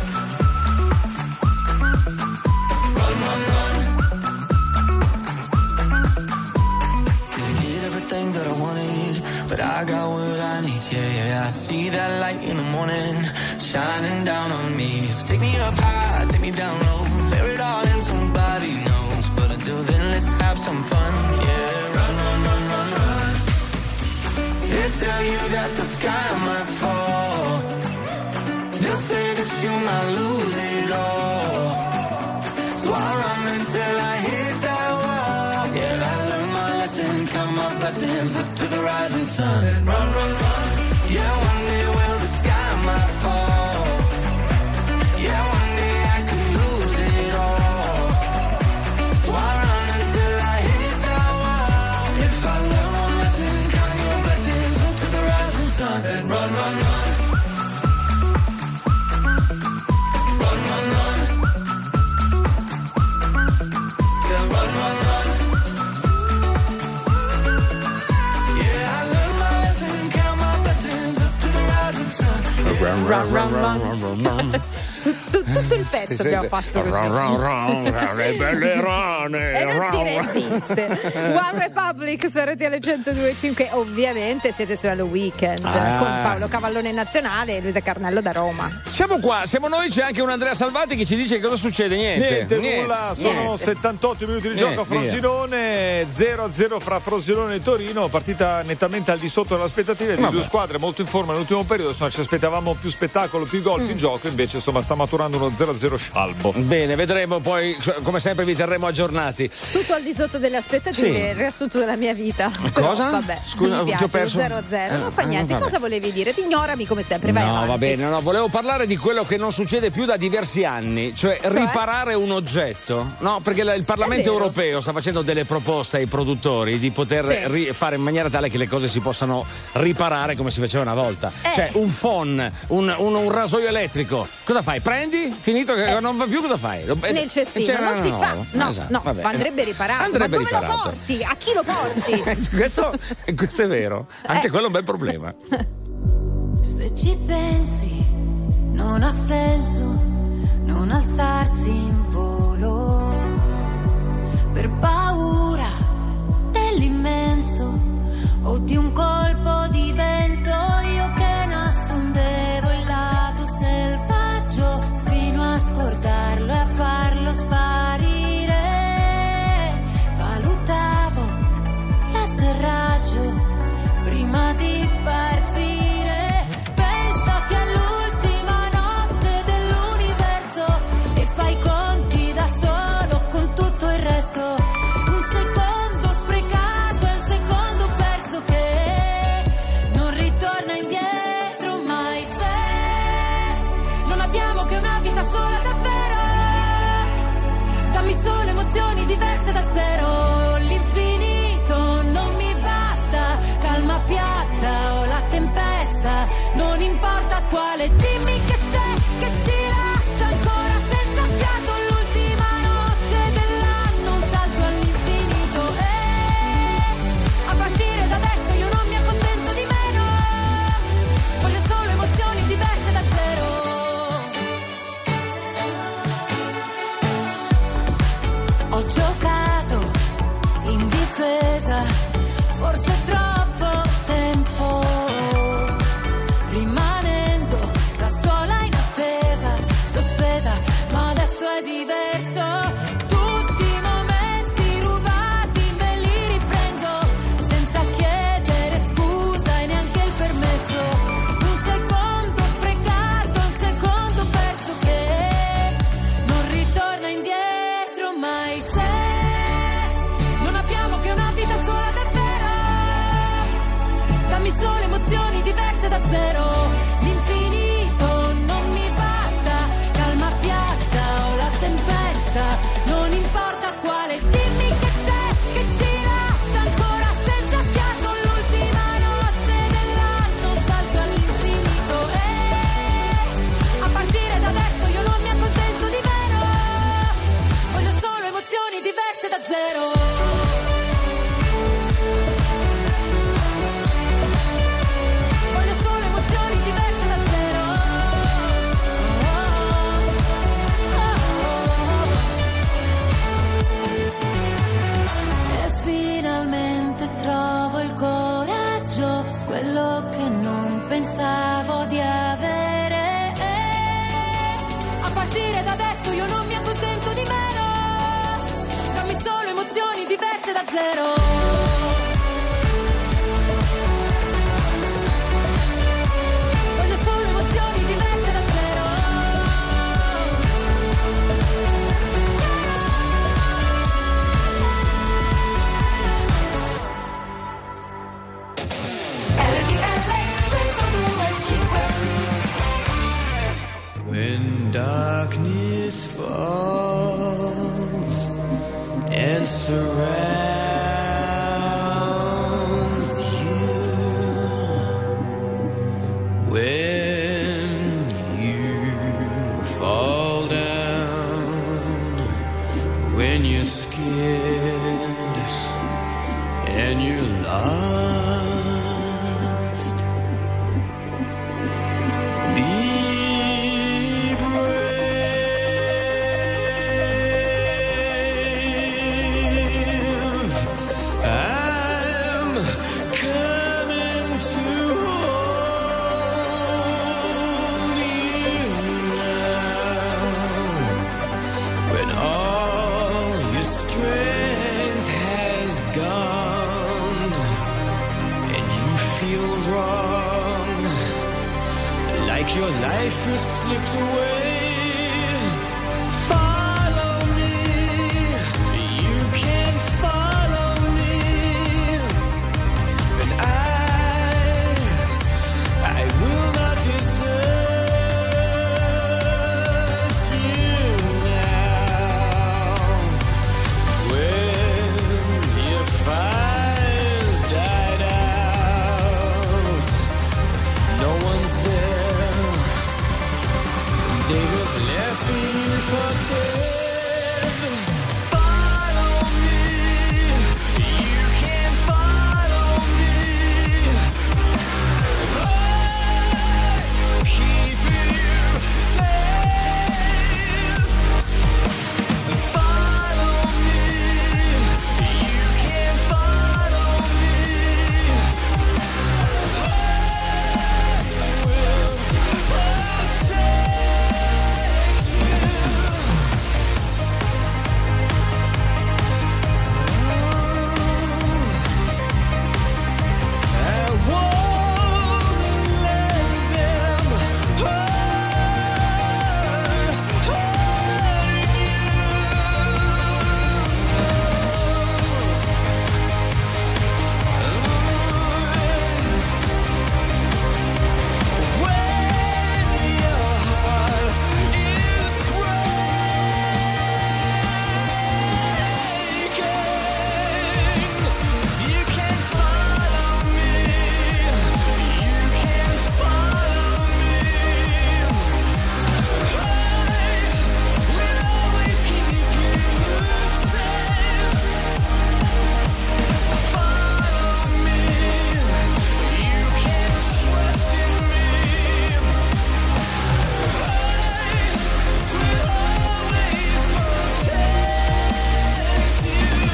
Run, run, run. Didn't get everything that I wanted, but I got what I need. Yeah, yeah, I see that light in the morning shining down on me. So take me up high, take me down low, bear it all and somebody knows. But until then, let's have some fun. Yeah, run, run, run, run, run. They tell you that the sky might fall. They'll say that you might lose it all. So I run until I hit that wall. Yeah, I learned my lesson, count my blessings up to the rising sun. Run, run, run. Yeah, one day, well, the sky might fall. Yeah, one day I could lose it all. So I run until I hit that wall. If I learn one lesson, count your blessings up to the rising sun. And run, run, run. Run, run, run. Yeah, run, run, run. Yeah, I learned my lesson, count my blessings up to the rising sun. Run, run, run, run. Tutto il pezzo abbiamo fatto così. Ron, ron, ron, le belle rane. E non si ron. resiste. One Republic su R T L centodue e cinque. Ovviamente siete su Hello Weekend Ah. con Paolo Cavallone Nazionale e Luisa Carnello da Roma. Siamo qua, siamo noi, c'è anche un Andrea Salvati che ci dice che cosa succede. Niente, Niente, nulla, sono niente. settantotto minuti di Niente, gioco a Frosinone, zero a zero fra Frosinone e Torino, partita nettamente al di sotto delle aspettative di Vabbè. due squadre molto in forma nell'ultimo periodo, insomma, ci aspettavamo più spettacolo, più gol, più gioco, invece insomma sta maturando sembrando uno zero a zero scialbo. Bene, vedremo poi, cioè, come sempre vi terremo aggiornati. Tutto al di sotto delle aspettative, Sì. il riassunto della mia vita. Cosa? Però, vabbè, Scusa, mi ti ho piace, perso. zero a zero. Eh, non fa eh, niente. vabbè. Cosa volevi dire? Ignorami come sempre, vai No, avanti. va bene, no, volevo parlare di quello che non succede più da diversi anni, cioè, Cioè? riparare un oggetto. No, perché la- il Parlamento vero. europeo sta facendo delle proposte ai produttori di poter Sì. ri- fare in maniera tale che le cose si possano riparare come si faceva una volta. Eh. Cioè, un phon, un, un- un rasoio elettrico. Cosa fai? Prendi? Finito che non va più, cosa fai? Lo- Nel cestino, c'è non una si nuova. fa. No, Esatto, no, vabbè. andrebbe riparato. Andrebbe Ma dove riparato. lo porti? A chi lo porti? questo, questo è vero. Anche Eh. quello è un bel problema. Se ci pensi, non ha senso non alzarsi in volo per paura dell'immenso o di un colpo di vento. Io che nascondevo il lato selvaggio fino a scordarlo e a farlo sparire. Valutavo l'atterraggio prima di partire. Pensa che è l'ultima notte dell'universo e fai i conti da solo con tutto il resto. Un secondo sprecato è un secondo perso che non ritorna indietro mai. Se non abbiamo che una vita sola davvero, dammi solo emozioni diverse da zero. L'infinito non mi basta, calma piatta o la tempesta, non importa quale, dimmi che c'è, che ci lascia ancora senza fiato. L'ultima notte dell'anno, un salto all'infinito e a partire da adesso io non mi accontento di meno, voglio solo emozioni diverse da zero. Ho giocato in difesa, forse troppo tempo, rimanendo da sola in attesa, sospesa, ma adesso è diverso. Tutti i momenti rubati me li riprendo, senza chiedere scusa e neanche il permesso. Un secondo sprecato, un secondo perso che non ritorna indietro mai. Se non abbiamo che una vita sola davvero, dammi solo emozioni diverse da zero. L'infinito non mi basta, calma piatta o la tempesta, non importa quale, dimmi che c'è, che ci lascia ancora senza fiato. L'ultima notte dell'anno, un salto all'infinito e a partire da adesso io non mi accontento di meno, voglio solo emozioni diverse da zero. Voglio solo emozioni diverse da zero. E finalmente trovo il coraggio, quello che non pensavo di avere. A partire da adesso io non mi accontento di meno, dammi solo emozioni diverse da zero. Voglio solo emozioni diverse da zero. R T L centodue e cinque. When darkness falls and surrounds you, when you fall down, when you're scared and you're lost, be brave. I'm coming to hold you now. When all your strength has gone and you feel wrong, like your life has slipped away. feel forgiven. Follow me, you can follow me. I'm keeping you safe. Follow me, you can follow me. I will protect you. I won't let them hurt, when your heart is breaking. You can follow me, you can follow me. I will always keep you safe. Follow me, you can trust in me. I will always protect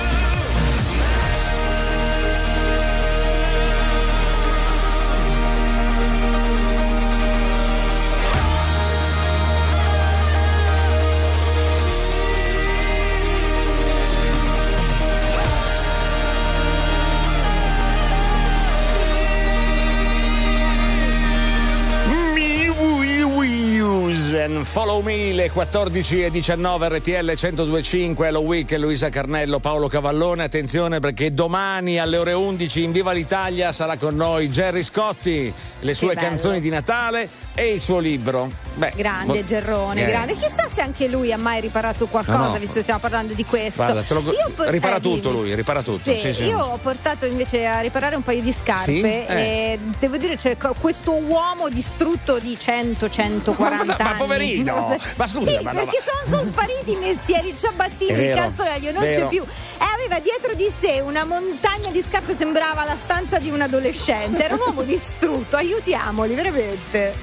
Mi we we use and follow me, le quattordici e diciannove, R T L centodue e cinque, Hello Week, Luisa Carnello, Paolo Cavallone. Attenzione perché domani alle ore undici in Viva l'Italia sarà con noi Gerry Scotti, le sue bello. canzoni di Natale e il suo libro. Beh, Grande mo- Gerrone, eh. grande. Chissà se anche lui ha mai riparato qualcosa, No, no. visto che stiamo parlando di questo. Guarda, ce lo- Io por- ripara eh, tutto dimmi. lui, ripara tutto. Sì, Sì, sì. io ho portato invece a riparare un paio di scarpe Sì? Eh. e devo dire c'è co- questo uomo distrutto di cento centoquaranta Ma- ma anni. poverino! Ma scusa, sì, ma no, perché sono, sono spariti i mestieri, il È ciabattino, il vero, calzolaio, non vero. c'è più. E aveva dietro di sé una montagna di scarpe, sembrava la stanza di un adolescente. Era un uomo distrutto, aiutiamoli, veramente.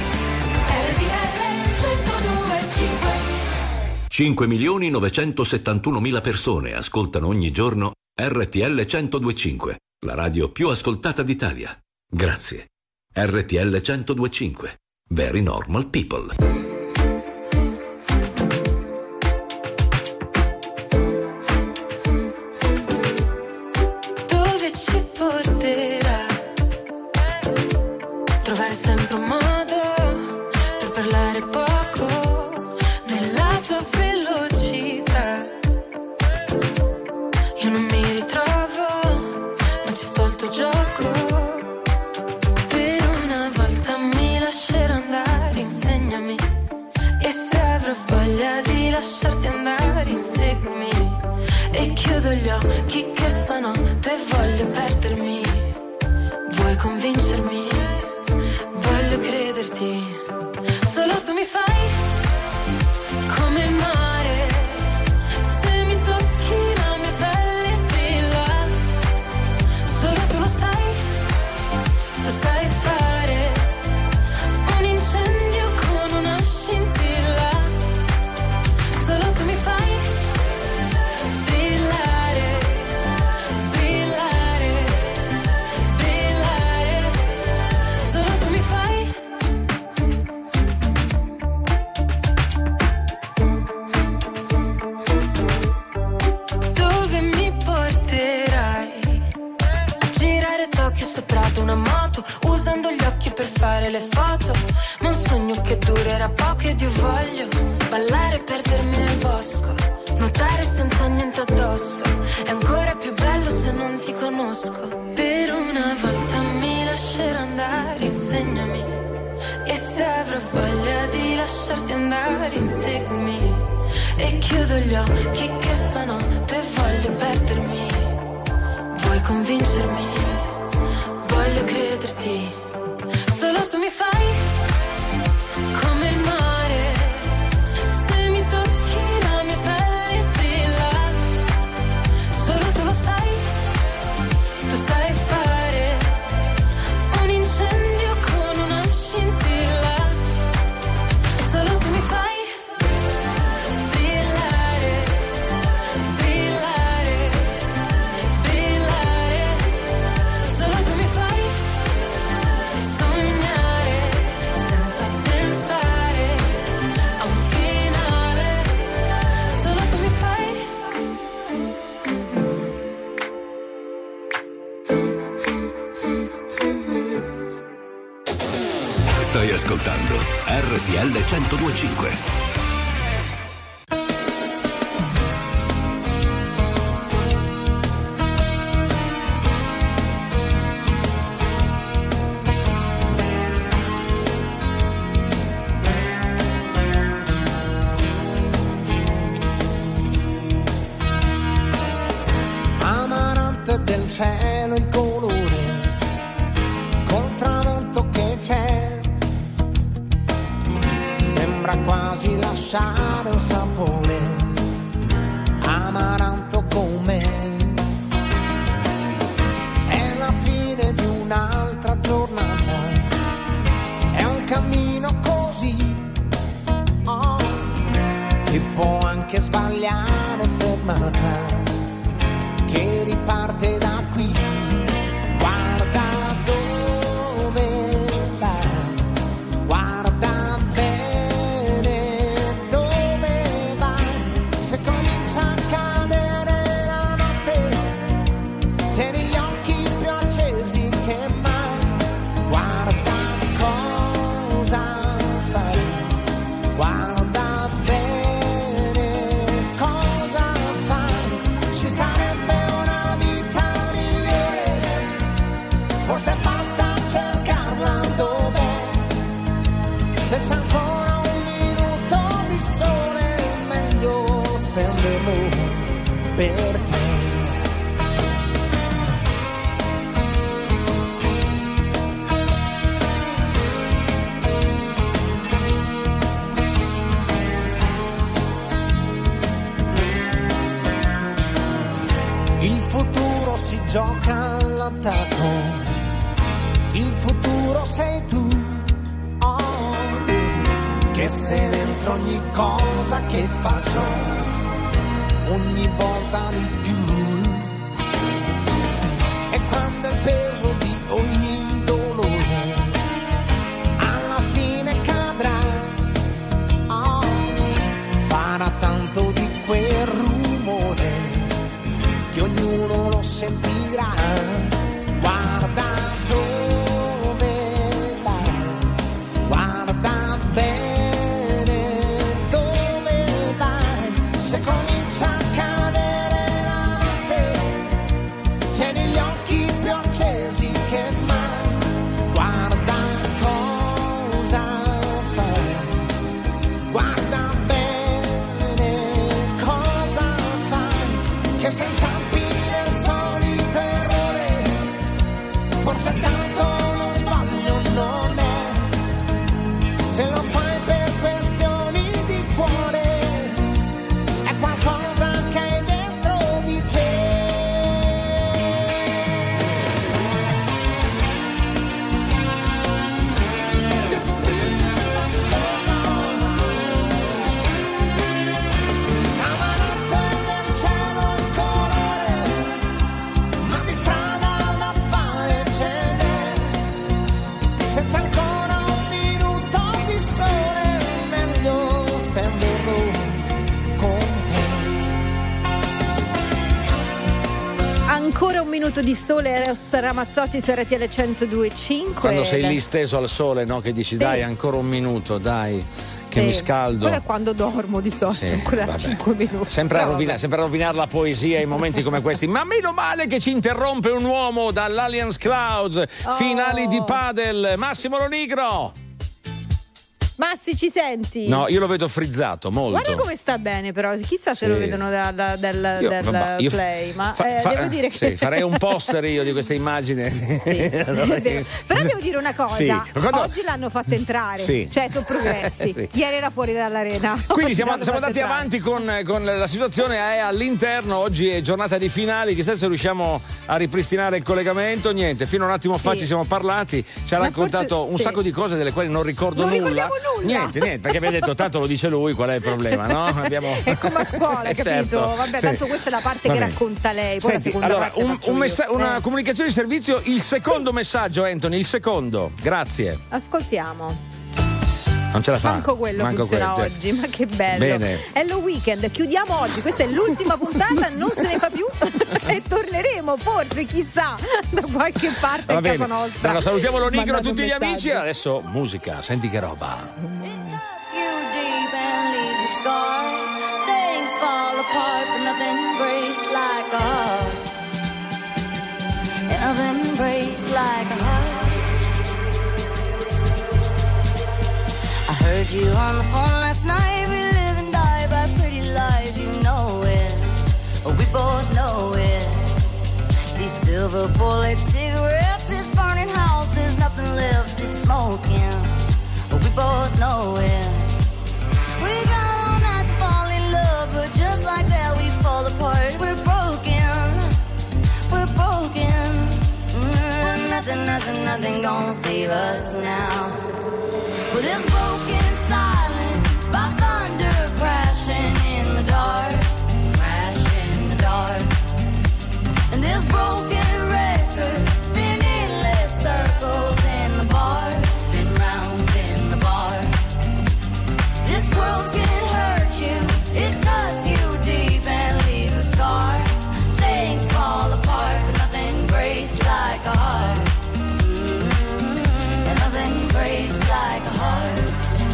cinque milioni novecentosettantunomila persone ascoltano ogni giorno R T L centodue e cinque, la radio più ascoltata d'Italia. Grazie. R T L centodue e cinque. Very normal people. Dove ci porterà? Trovare sempre un modo per parlare poco nella tua velocità. Io non mi ritrovo, ma ci sto al tuo gioco. Per una volta mi lascerò andare, insegnami. E se avrò voglia di lasciarti andare, inseguimi. E chiudo gli occhi che stanotte voglio perdermi. Vuoi convincermi? Voglio crederti. Solo tu mi fai come il mare. Se mi tocchi la mia pelle brilla. Solo tu lo sai. Tu sai fare un incendio con una scintilla. Solo tu mi fai brillare, brillare, brillare. Solo tu mi fai. Dove mi porterai? A girare Tokyo sopra ad una moto, usando gli occhi per fare le foto. Ma un sogno che durerà poco ed io voglio ballare e perdermi nel bosco, nuotare senza niente addosso. È ancora più bello se non ti conosco. Per una volta mi lascerò andare, insegnami. E se avrò voglia di lasciarti andare, inseguimi. E chiudo gli occhi che stanotte voglio perdermi. Vuoi convincermi? Voglio crederti. Solo tu mi fai come il mare. Stai ascoltando R T L centodue e cinque. Amarante del cielo il colore, col tramonto che c'è, sembra quasi lasciare un sapore, amaranto con me. È la fine di un'altra giornata, è un cammino così, oh, che può anche sbagliare fermata, che riparte da qui. Guarda dove va, guarda bene dove va. Se comincia a cadere la notte, tieni gli occhi più accesi che mai. Guarda cosa fai, guarda bene cosa fai. Ci sarebbe una vita migliore, forse basta cercarla dov'è. Se c'è ancora un minuto di sole, è meglio spenderlo per te. Il futuro si gioca all'attacco, il futuro sei tu, oh, che sei dentro ogni cosa che faccio, ogni volta di più. E quando il peso di ogni dolore alla fine cadrà, oh, farà tanto di quel rumore che ognuno lo sentirà. Guarda dove va, guarda bene dove vai. Se comincia a cadere la notte, tieni gli occhi più accesi che mai. Guarda cosa fai, guarda bene cosa fai, che se inciampi nel solito errore, forse tanto lo sbaglio non è. Se lo fai per questioni di cuore, è qualcosa che hai dentro di te. Amarante del cielo il colore, ma di strada da fare ce n'è. Se c'è ancora un minuto di sole, è meglio spenderlo con Ancora un minuto di sole, Eros Ramazzotti su R T L centodue e cinque. Quando sei lì steso al sole, no? Che dici, Sì. dai, ancora un minuto, dai, che Sì. mi scaldo. Quello è quando dormo di solito, Sì, ancora vabbè. cinque minuti. Sempre a, No, rovina- vabbè. sempre a rovinare la poesia in momenti come questi. Ma meno male che ci interrompe un uomo dall'Alliance Clouds, Oh. finali di padel. Massimo Lonigro. Massi, ci senti? No, io lo vedo frizzato molto. Guarda come sta bene, però chissà se Sì. lo vedono da, da- del, Io- del vabbè, io play. Ma fa- eh, fa- devo dire che sì, farei un poster io di questa immagine. Allora, È vero. Però devo dire una cosa, Sì. Quando- oggi l'hanno fatta entrare, Sì. cioè sono progressi. Sì. Ieri era fuori dall'arena. Quindi Oggi siamo, l'hanno siamo fatta andati entrare. avanti con, con la situazione è all'interno, oggi è giornata di finali, chissà se riusciamo a ripristinare il collegamento, niente, fino a un attimo fa Sì. ci siamo parlati, ci ha Ma raccontato forse- un sì. sacco di cose delle quali non ricordo Non nulla. ricordiamo nulla. Niente, niente, perché abbiamo detto tanto lo dice lui, qual è il problema, no? Abbiamo... È come a scuola, Eh, capito? certo. Vabbè, Sì. tanto questa è la parte Va che bene. racconta lei, poi Senti, la seconda allora, parte un- faccio un io. messa- una Eh, comunicazione di servizio, il secondo messaggio, Anthony, il secondo, grazie. Ascoltiamo. Non ce la fa. Manco quello Manco funziona quello. oggi, ma che bello. Bene. Hello Weekend, chiudiamo oggi, questa è l'ultima puntata, non se ne fa più e torneremo forse, chissà, da qualche parte Va a bene. casa nostra. Allora, salutiamo lo Nigro a Mandate un tutti gli messaggio. amici. Adesso musica, senti che roba. You deep and leaves a scar. Things fall apart, but nothing breaks like a heart. Nothing breaks like a heart. I heard you on the phone last night. We live and die by pretty lies. You know it, we both know it. These silver bullet cigarettes, this burning house, there's nothing left, it's smoking. We both know it. We got all night to fall in love, but just like that we fall apart. We're broken, we're broken. Mm, nothing, nothing, nothing gonna save us now. Well, there's broken silence by thunder crashing in the dark, crashing in the dark. And there's broken records spinning less circles in the bar, spin round in the bar. This world can hurt you, it cuts you deep and leaves a scar. Things fall apart, but nothing breaks like a heart. Mm-hmm. And nothing breaks like a heart.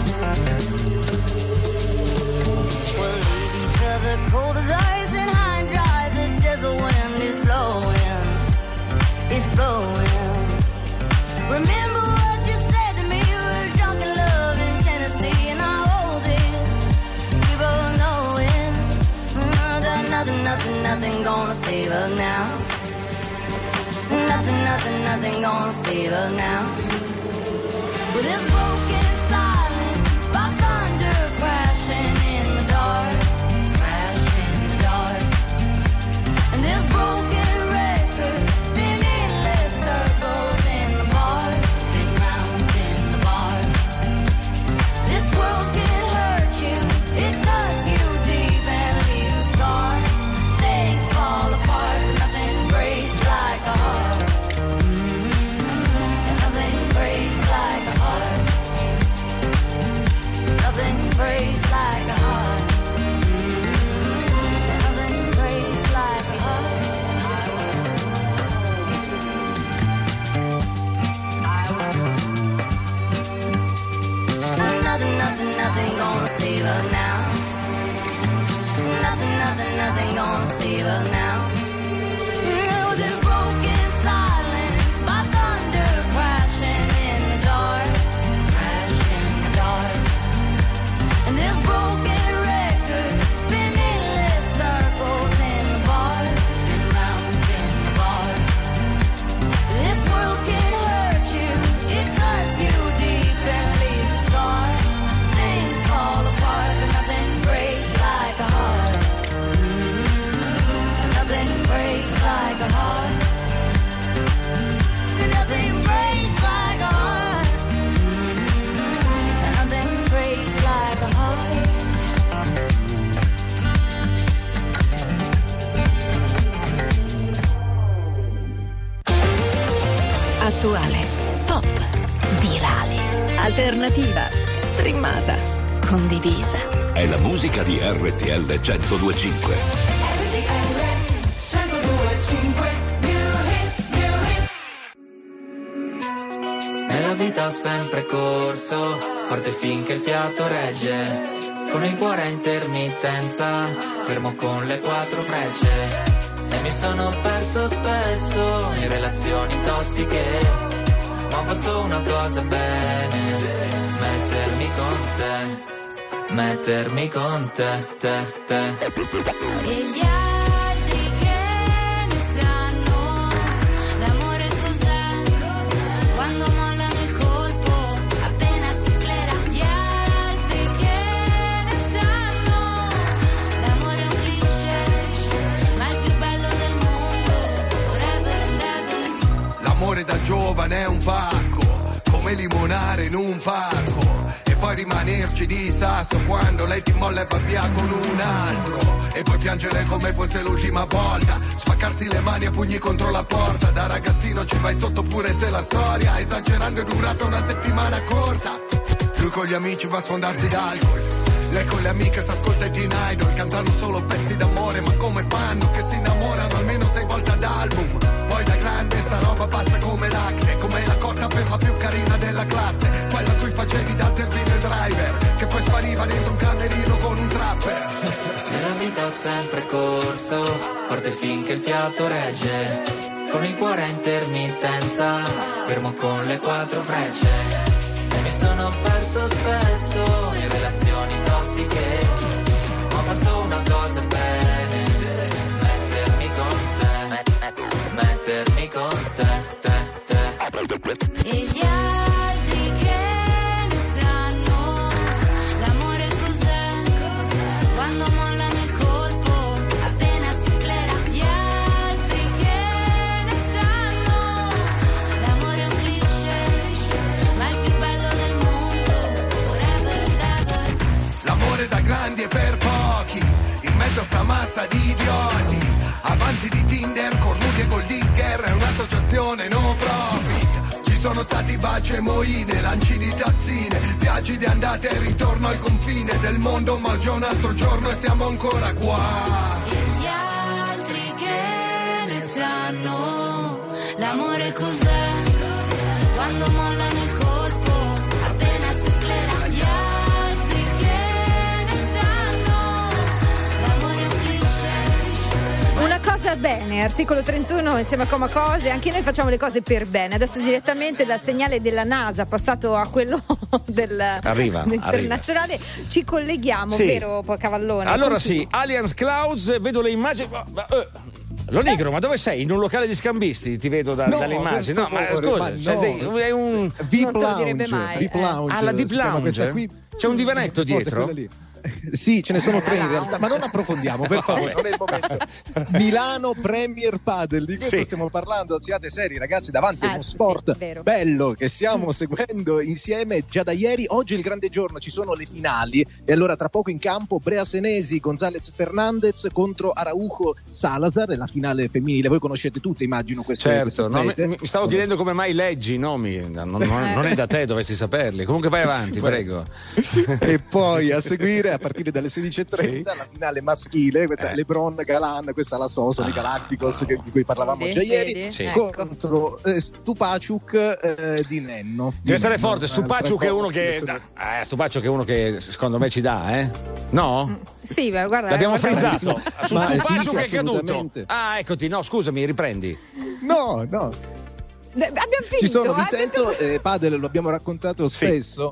We'll leave each other cold as ice and high and dry. The desert wind is blowing, it's blowing. Remember what you said to me, we were drunk in love in Tennessee, and I hold it, we both know it. Mm, that nothing, nothing, nothing gonna save us now. Nothing, nothing, nothing gonna save us now. Well, there's broken silence by thunder crashing in the dark, crashing in the dark. And there's broken records spinning less circles in the bar, spin round in the bar. This world can hurt you, it cuts you deep and leaves a scar. Things fall apart, but nothing breaks like a heart. Mm-hmm. And nothing breaks like a heart. Nothing breaks like a heart. Mm-hmm. And nothing breaks like a heart. Nothing, nothing, nothing gonna save us now. Nothing, nothing, nothing gonna save us now. No, there's broken silence by thunder crashing in the dark, crashing in the dark. And there's broken records spinning less circles in the bar, spin round in the bar. This world can hurt you, it cuts you deep and leaves a scar. Things fall apart, but nothing breaks like a heart. Mm-hmm. Nothing breaks like a heart. Nothing breaks like a heart. Mm-hmm. Nothing breaks like a heart. Attuale, pop, virale, alternativa, streamata, condivisa. È la musica di R T L centodue e cinque. Nella vita ho sempre corso, forte finché il fiato regge. Con il cuore a intermittenza, fermo con le quattro frecce. E mi sono perso spesso in relazioni tossiche, ma ho fatto una cosa bene: mettermi con te, mettermi con te, te, te. E gli altri che ne sanno, l'amore cos'è? Quando mollano il colpo, appena si sclera. Gli altri che ne sanno, l'amore è un cliché, ma è il più bello del mondo, forever and ever. L'amore da giovane è un pacco, come limonare in un parco, e poi rimanerci di sasso quando lei ti molla e va via con un altro, e poi piangere come fosse l'ultima volta, spaccarsi le mani a pugni contro la porta. Da ragazzino ci vai sotto pure se la storia, esagerando, è durata una settimana corta. Lui con gli amici va a sfondarsi d'alcol. Lei con le amiche s'ascolta i Teen Idol. Cantano solo pezzi d'amore, ma come fanno che si innamorano almeno sei volte ad album? Poi da grande sta roba passa come l'acne, come la cotta per la più carina della classe, quella a cui facevi da zerbino driver, che poi spariva dentro un camerino con un trapper. Nella vita ho sempre corso, forte finché il fiato regge, con il cuore a intermittenza, fermo con le quattro frecce. E mi sono perso spesso in relazioni tossiche, ho fatto una cosa bene, mettermi con te, met- mettermi con te, te, te. E gli altri che ne sanno, l'amore cos'è, quando mollano il colpo, appena si sclera. Gli altri che ne sanno, l'amore è un cliché, ma è il più bello del mondo, forever and ever. L'amore da grandi e per pochi, in mezzo a sta massa di idioti, avanti di Tinder, cornuti e gold digger, è un'associazione no profit. Ci sono stati baci e moine, lanci di tazzine, viaggi di andata e ritorno al confine del mondo, ma già un altro giorno e siamo ancora qua. E gli altri che ne sanno, l'amore cos'è, quando mollano il colpo, appena si sclera. Gli altri che ne sanno, l'amore è un cliché. Una cosa bene, articolo trentuno insieme a Coma Cose, anche noi facciamo le cose per bene. Adesso direttamente dal segnale della NASA passato a quello del Arriva, internazionale ci colleghiamo, Sì. vero Cavallone? Allora Continua. sì, Allianz Clouds, vedo le immagini. Ma, ma, eh, Lo Nigro, ma dove sei? In un locale di scambisti? Ti vedo da- No, dalle immagini. No, per ma favore, scusa, ma no. sei- è un Deep Non te lo direbbe Lounge, mai, Deep eh. Lounge. Ah, la Deep si chiama Lounge? questa qui. C'è un divanetto Forse dietro? quella lì. Sì, ce ne sono tre in realtà, ma non approfondiamo, per favore, non è il momento. Milano Premier Padel, di questo Sì. stiamo parlando, siate seri ragazzi, davanti a Ah, uno sì, sport sì, vero. bello che stiamo seguendo insieme già da ieri. Oggi è il grande giorno, ci sono le finali e allora tra poco in campo Brea Senesi, Gonzalez Fernandez contro Araujo Salazar, la finale femminile. Voi conoscete tutte, immagino, queste Certo, queste no, mi, atlete. mi stavo chiedendo come mai leggi i nomi, non, non- non è da te, dovresti saperli. Comunque vai avanti, prego. E poi a seguire a partire dalle sedici e trenta la finale maschile, questa è LeBron Galan, questa è la So, sono i Galacticos che- di cui parlavamo Vedi, già ieri, vedi? Sì. contro eh, Stupaciuk eh, di Nenno. Deve stare Di forte, Nenno, Stupaciuk eh, è uno che. Eh, Stupaciuk è uno che secondo me ci dà, eh? No? Sì, ma guarda, L'abbiamo guarda- frizzato. Su Ma Stupaciuk sì, che è caduto. assolutamente. Ah, eccoti, no, scusami, riprendi. No, no. Eh, Abbiamo finito. Ci sono, eh, vi sento, eh, Padel, lo abbiamo raccontato spesso.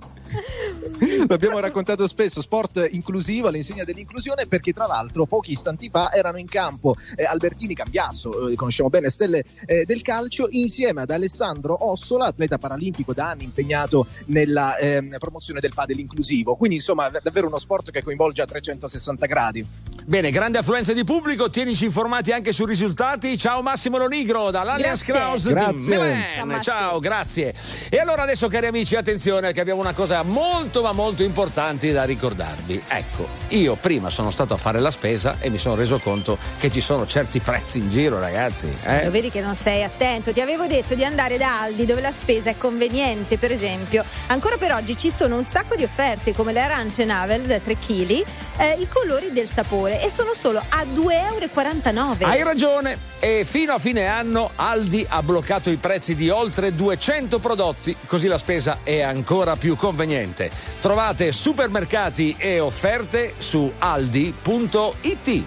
Lo abbiamo raccontato spesso, sport inclusivo all'insegna dell'inclusione, perché tra l'altro pochi istanti fa erano in campo eh, Albertini Cambiasso, eh, conosciamo bene, stelle eh, del calcio, insieme ad Alessandro Ossola, atleta paralimpico da anni impegnato nella ehm, promozione del padel inclusivo. Quindi insomma v- davvero uno sport che coinvolge a trecentosessanta gradi. Bene, grande affluenza di pubblico, tienici informati anche sui risultati. Ciao Massimo Lonigro dall'Allianz Grazie. Kraus di Grazie. Milan. Ciao, Massimo. Ciao, grazie. E allora adesso, cari amici, attenzione, che abbiamo una cosa molto ma molto importante da ricordarvi. Ecco, io prima sono stato a fare la spesa e mi sono reso conto che ci sono certi prezzi in giro, ragazzi. Lo Eh? vedi che non sei attento. Ti avevo detto di andare da Aldi, dove la spesa è conveniente. Per esempio, ancora per oggi ci sono un sacco di offerte, come le arance Navel da tre chili, eh, i colori del sapore, e sono solo a due e quarantanove euro. Hai ragione, e fino a fine anno Aldi ha bloccato i prezzi di oltre duecento prodotti, così la spesa è ancora più conveniente. Trovate supermercati e offerte su aldi punto it.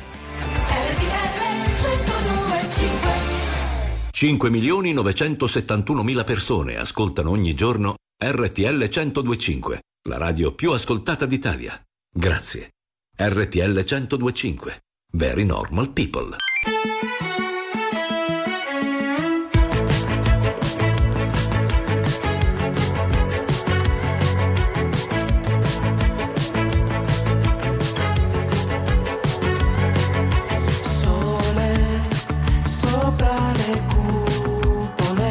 cinque milioni novecentosettantunomila persone ascoltano ogni giorno R T L centodue e cinque, la radio più ascoltata d'Italia. Grazie. R T L centodue e cinque. Very normal people. Sole sopra le cupole,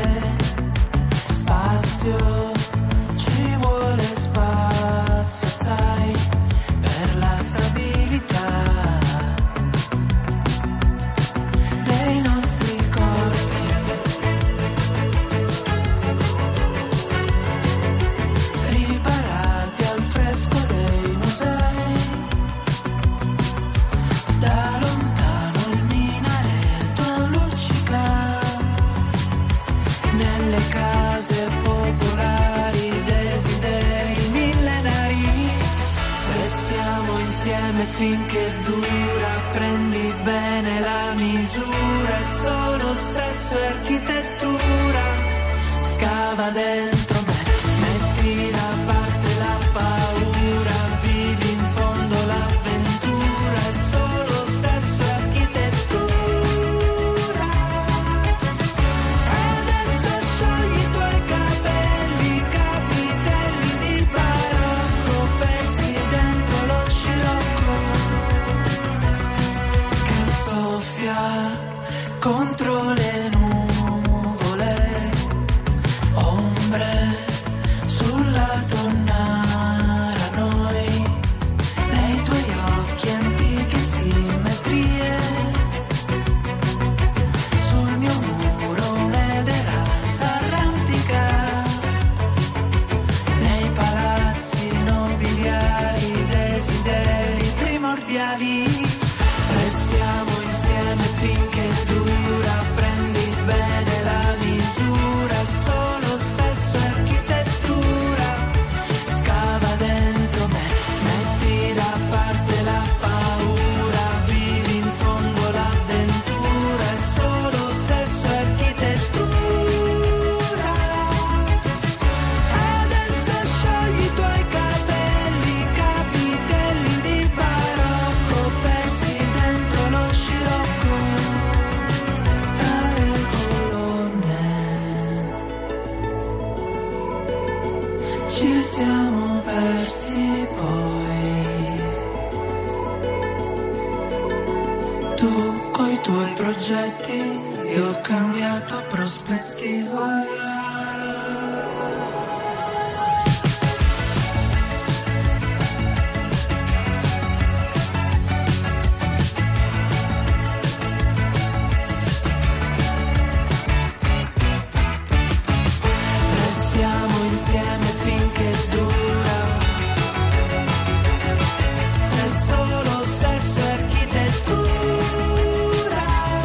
spazio, ci vuole spazio, sai, per la stabilità dei nostri corpi. finché dura, prendi bene la misura, è solo sesso e architettura, scava dentro me, metti da parte la paura, vivi in fondo l'avventura, è solo sesso e architettura. E adesso sciogli i tuoi capelli, capitelli di barocco, persi dentro lo scirocco che soffia contro le nuvole, ombre sulla tonnara, noi nei tuoi occhi antiche simmetrie, sul mio muro un'edera s'arrampica, nei palazzi nobiliari desideri primordiali, restiamo insieme finché dura, prendi bene la misura, solo sesso e architettura, scava dentro me, metti da parte la paura, vivi in fondo l'avventura, è solo sesso e architettura. Adesso sciogli i tuoi capelli, capitelli di barocco, persi dentro lo scirocco tra le colonne. Ci siamo persi poi, tu coi tuoi progetti, io ho cambiato prospettiva. Restiamo insieme finché dura, è solo sesso e architettura.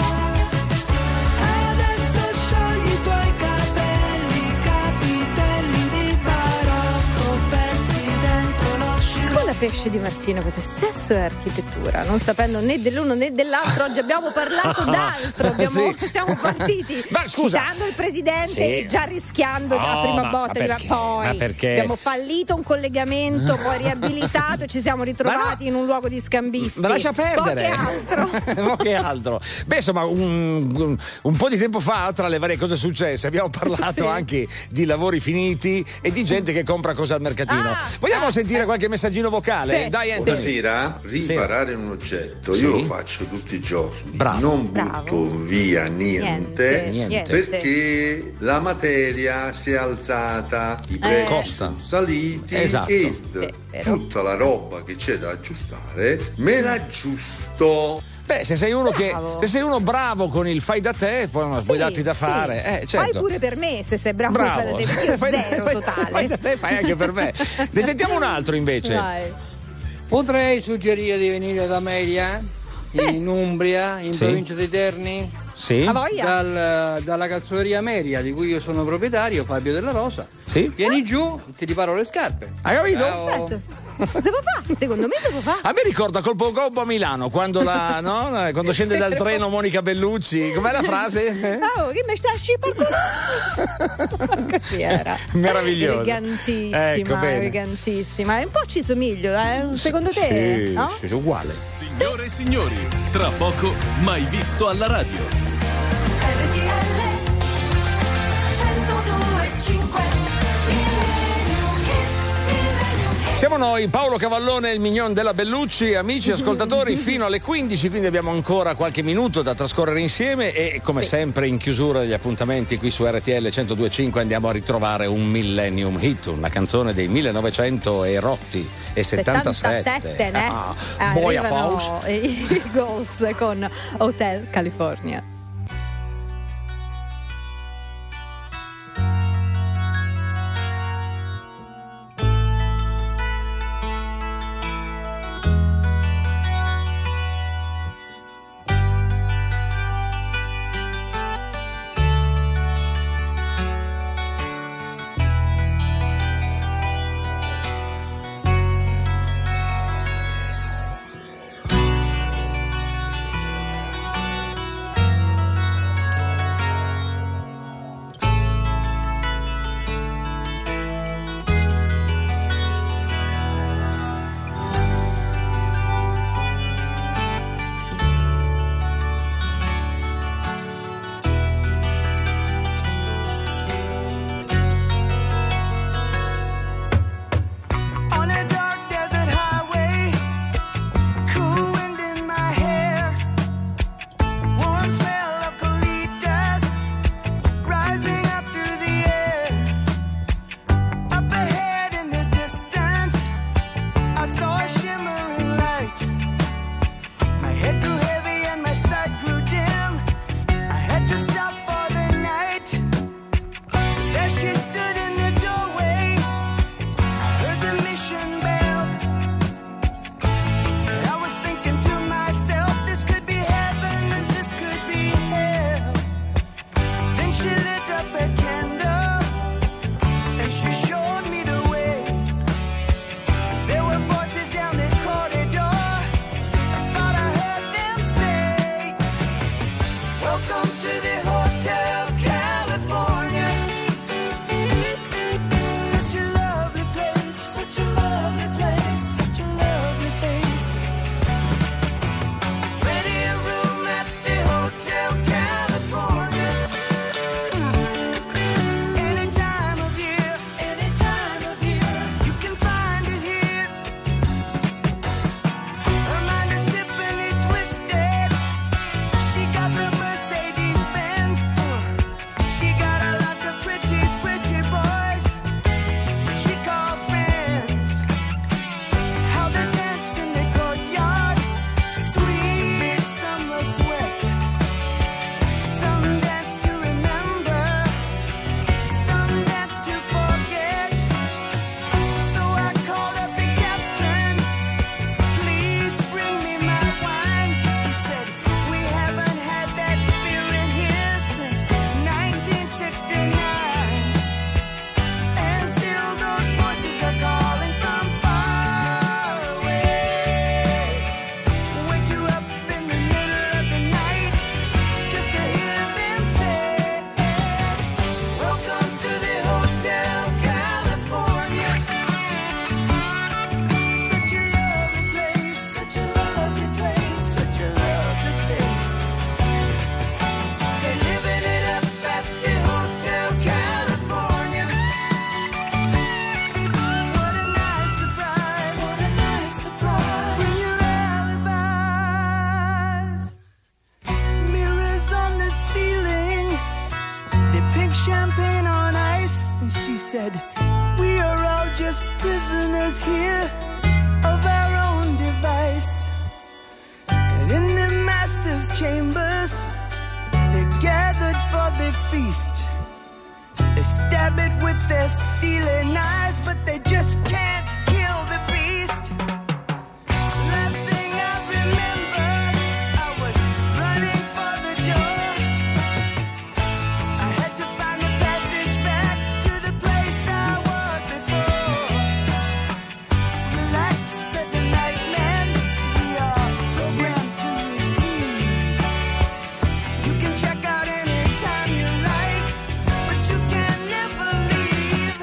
Adesso sciogli i tuoi capelli, capitelli di barocco, persi dentro lo scirocco. Con la pesce di Martino, questo è sesso e architettura, non sapendo né dell'uno né dell'altro. Oggi abbiamo parlato d'altro, abbiamo- Sì. siamo partiti Ma scusa. citando il presidente Sì. e già rischiando No, la prima ma- botta, ma di- perché? poi Ma perché? abbiamo fallito un collegamento, poi riabilitato e ci siamo ritrovati in un luogo di scambisti. Ma lascia perdere. Poche altro. Ma che altro? Beh, insomma, un, un- un po' di tempo fa, tra le varie cose successe, abbiamo parlato Sì. anche di lavori finiti e di gente che compra cose al mercatino. Ah, Vogliamo ah, sentire qualche messaggino vocale? Sì. Dai, Anthony. Buonasera, riparare un oggetto, Sì. io lo faccio tutti i giorni, Bravo. non Bravo. butto via niente, Niente, niente. perché la materia si è alzata, i Eh. prezzi Costa. sono saliti Esatto. e vero. tutta la roba che c'è da aggiustare me l'aggiusto. Beh, se sei uno che Bravo. se sei uno bravo con il fai da te, poi non puoi Sì, darti da sì. fare. Eh, certo. Fai pure per me se sei bravo, Bravo. a fare te, io Fai da- zero fai- totale. Fai da te, fai anche per me. Ne sentiamo un altro invece. Dai. Potrei suggerire di venire da Melia, in Umbria, in Sì. provincia di Terni, Sì? A voglia. dal- dalla calzoleria Meria, di cui io sono proprietario, Fabio Della Rosa. Sì? Vieni giù, ti riparo le scarpe. Hai capito? Ciao. Certo. Si può fare, secondo me si può fare. A me ricorda Colpo Gobbo a Milano, quando, la, no? quando scende dal treno Monica Bellucci. Com'è la frase? Oh, che mi sta scipando? Così era. Meraviglioso. Elegantissima, Ecco, bene. elegantissima. E un po' ci somiglio, eh? Secondo te? Sì, no? sì, sì, uguale. Signore e signori, tra poco mai visto alla radio. Siamo noi, Paolo Cavallone e il mignon della Bellucci, amici ascoltatori, fino alle quindici, quindi abbiamo ancora qualche minuto da trascorrere insieme e come sempre in chiusura degli appuntamenti qui su R T L centodue e cinque andiamo a ritrovare un Millennium Hit, una canzone dei millenovecento e rotti e settantasette. settantasette, né? Ah, Boia Faust. Arrivano i Eagles con Hotel California. just prisoners here of our own device. And in the master's chambers, they're gathered for the feast. They stab it with their steely knives, but they just can't kill the beast. Last thing I remember, I was running for the door. I had to find the passage back to the place I was before. Relax, said the nightman, we are programmed to receive. You can check out anytime you like, but you can never leave.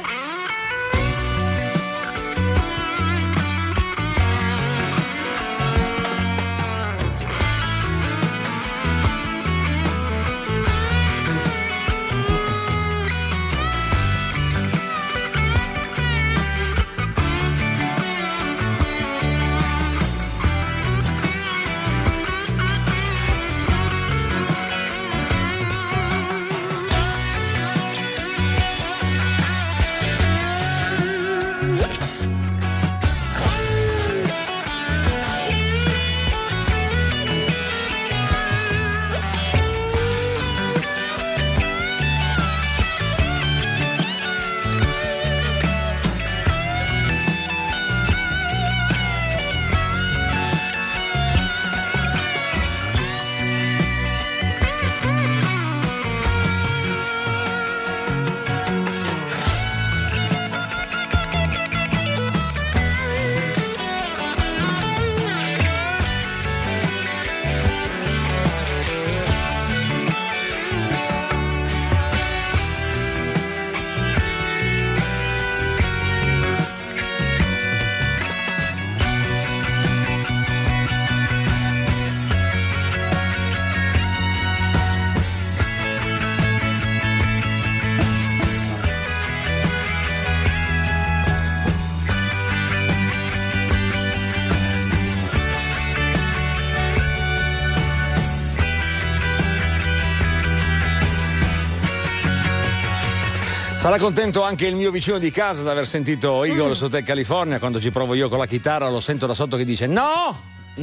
Sarà contento anche il mio vicino di casa di aver sentito Eagles Hotel California. Quando ci provo io con la chitarra lo sento da sotto che dice no,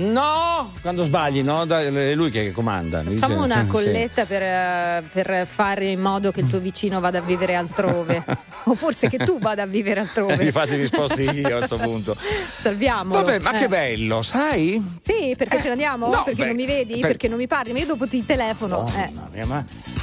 no, quando sbagli, no? È lui che comanda. Mi Facciamo dice, una sì. colletta per, eh, per fare in modo che il tuo vicino vada a vivere altrove. O forse che tu vada a vivere altrove. Mi faccio i risposti io a questo punto. Salviamo. Vabbè, ma eh. che bello, sai? Sì, perché Eh, ce ne andiamo? no, perché beh, non mi vedi? per- Perché non mi parli? Ma io dopo ti telefono. Oh, eh. mamma mia, ma...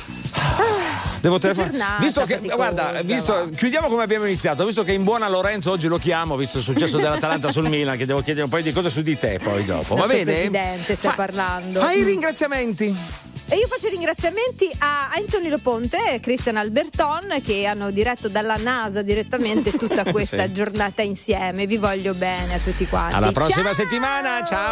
Devo telefonare. giornata Visto che, faticosa, guarda, visto, va. chiudiamo come abbiamo iniziato. Visto che in buona Lorenzo oggi lo chiamo, visto il successo dell'Atalanta sul Milan, che devo chiedere un paio di cose su di te poi dopo. Va Nostro bene? presidente stai Fa- parlando. Fai i ringraziamenti. E io faccio i ringraziamenti a Anthony Loponte e Christian Alberton che hanno diretto dalla NASA direttamente tutta questa Sì. giornata insieme. Vi voglio bene a tutti quanti. Alla prossima Ciao! settimana, ciao.